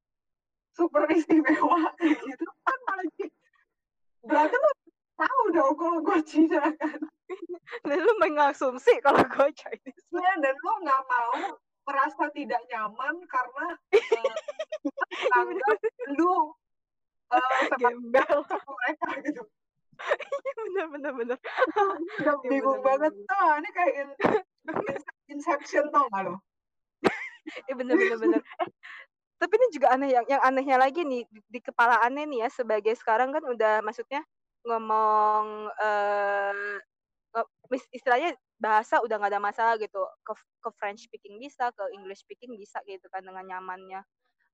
A: super istimewa kayak gitu, kan lagi berarti lo tahu dong kalau gue Cina kan.
B: Dan lo mengasumsi kalau gue Chinese.
A: Iya, dan lo nggak mau merasa tidak nyaman karena uh, menganggap lo Uh,
B: gembel
A: mereka gitu.
B: Iya benar benar benar.
A: Udah bingung banget tuh. Ini kayak in, Inception tau gak lo?
B: Iya benar benar benar. Eh, tapi ini juga aneh yang yang anehnya lagi nih di, di kepala aneh nih ya sebagai sekarang kan udah maksudnya ngomong uh, istilahnya bahasa udah nggak ada masalah gitu ke ke French speaking bisa ke English speaking bisa gitu kan dengan nyamannya.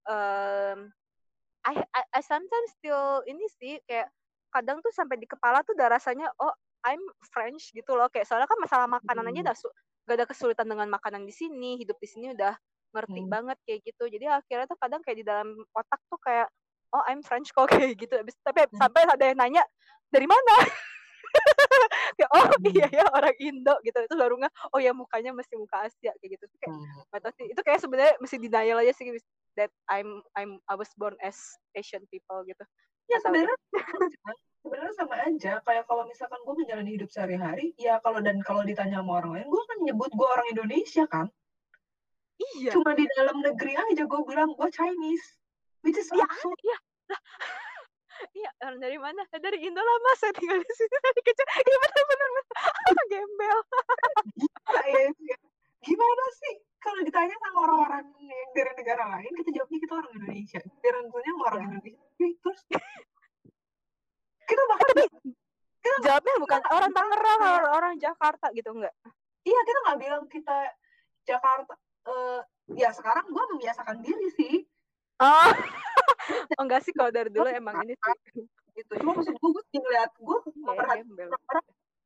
B: Um, I, I, I sometimes still ini sih kayak kadang tuh sampai di kepala tuh udah rasanya oh I'm French gitu loh kayak soalnya kan masalah makanan aja udah su- gak ada kesulitan dengan makanan di sini hidup di sini udah ngerti hmm. banget kayak gitu jadi akhirnya tuh kadang kayak di dalam otak tuh kayak oh I'm French kok kayak gitu abis tapi hmm. sampai ada yang nanya dari mana kayak oh hmm. iya ya orang Indo gitu itu baru nggak oh ya mukanya mesti muka Asia kayak gitu kayak hmm. sih itu kayak sebenarnya mesti denial aja sih that I'm I'm I was born as Asian people gitu.
A: Ya sebenarnya sebenarnya sama aja kayak kalau misalkan gue menjalani hidup sehari-hari ya kalau dan kalau ditanya sama orang lain gue kan nyebut gue orang Indonesia kan.
B: Iya.
A: Cuma di dalam negeri aja gue bilang gue Chinese. Which is
B: ya,
A: absurd.
B: Iya. Iya, orang dari mana? Dari Indo lah mas, saya tinggal di sini dari kecil. Iya benar-benar, gembel.
A: Gila ya, gimana sih kalau ditanya sama orang-orang yang dari negara lain, kita jawabnya kita orang Indonesia. Giliran tanya sama orang
B: Ya.
A: Indonesia, terus kita bahkan
B: Tapi
A: kita
B: jawabnya bukan
A: kita
B: orang
A: bilang
B: Tangerang,
A: kayak-
B: orang, orang Jakarta gitu enggak?
A: Iya, kita nggak bilang kita Jakarta. eh, ya sekarang gue membiasakan diri sih.
B: Oh, oh enggak sih, kalau dari dulu emang ini sih.
A: Gitu. Cuma maksud gue, gue ngeliat gue memperhatikan
B: Gembel.
A: orang.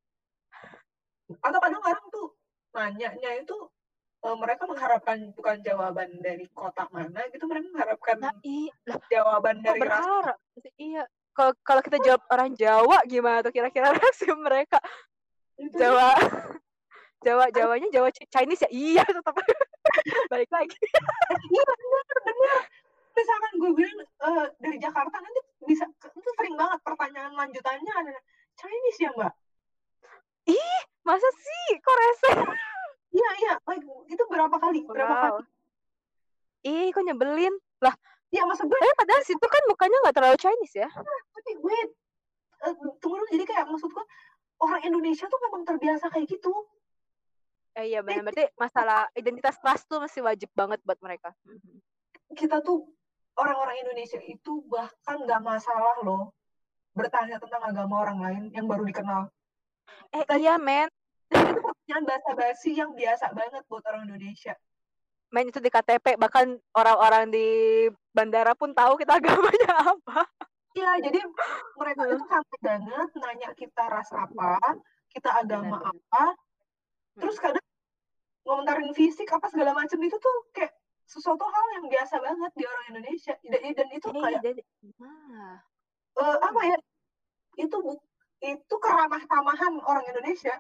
A: Atau kadang-kadang tuh nanyanya itu eh, mereka mengharapkan bukan jawaban dari kota mana gitu, mereka mengharapkan
B: Nah, iya.
A: jawaban
B: Kok
A: dari
B: berharap?
A: rasa.
B: Iya. Kalau kalau kita jawab orang Jawa gimana tuh kira-kira reaksi mereka?
A: Itu
B: Jawa Jawa Jawanya Jawa Chinese ya? Iya, tetap balik lagi.
A: Iya, benar benar. Misalkan gue bilang uh, dari Jakarta, nanti bisa, itu sering banget pertanyaan lanjutannya ada Chinese ya mbak?
B: Ih, masa sih? Kok rese?
A: Iya iya, like, itu berapa kali?
B: Wow.
A: Berapa kali?
B: Ih, kok nyebelin lah.
A: Ya maksud gue.
B: Tapi padahal situ kan mukanya nggak terlalu Chinese ya?
A: Tapi gue uh, tunggu dulu, jadi kayak maksud gue orang Indonesia tuh memang terbiasa kayak gitu.
B: Eh iya benar, berarti masalah identitas trust tuh masih wajib banget buat mereka.
A: Kita tuh orang-orang Indonesia itu bahkan nggak masalah loh bertanya tentang agama orang lain yang baru dikenal.
B: Eh Tadi, iya men.
A: Itu pertanyaan basa-basi yang biasa banget buat orang Indonesia.
B: Men, itu di K T P, bahkan orang-orang di bandara pun tahu kita agamanya apa.
A: Iya, jadi mereka itu santai banget nanya kita ras apa, kita agama benar, apa, benar. Terus kadang ngomentarin fisik apa segala macam itu tuh kayak sesuatu hal yang biasa banget di orang Indonesia. Dan, dan itu hey, kayak dan, nah. uh, apa ya? Itu itu keramah tamahan orang Indonesia.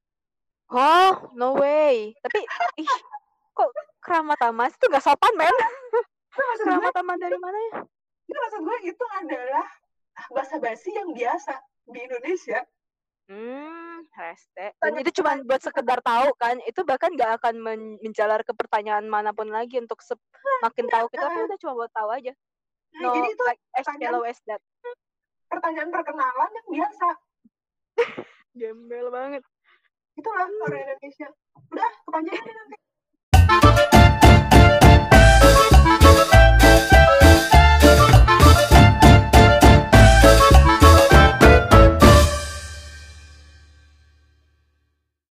B: Oh, no way. Tapi ih, kok keramah tamah itu nggak sopan, men? Keramah tamah dari mana ya?
A: Itu maksud gue itu adalah basa-basi yang biasa di Indonesia.
B: Hmm, reste. Dan itu cuma buat sekedar tahu kan. Itu bahkan nggak akan men- menjalar ke pertanyaan manapun lagi untuk se- makin tahu kita, tapi udah cuma buat tahu aja. No,
A: nah, jadi itu
B: like as shallow as that.
A: Pertanyaan perkenalan yang biasa.
B: Gembel banget.
A: Itulah orang Indonesia. Udah,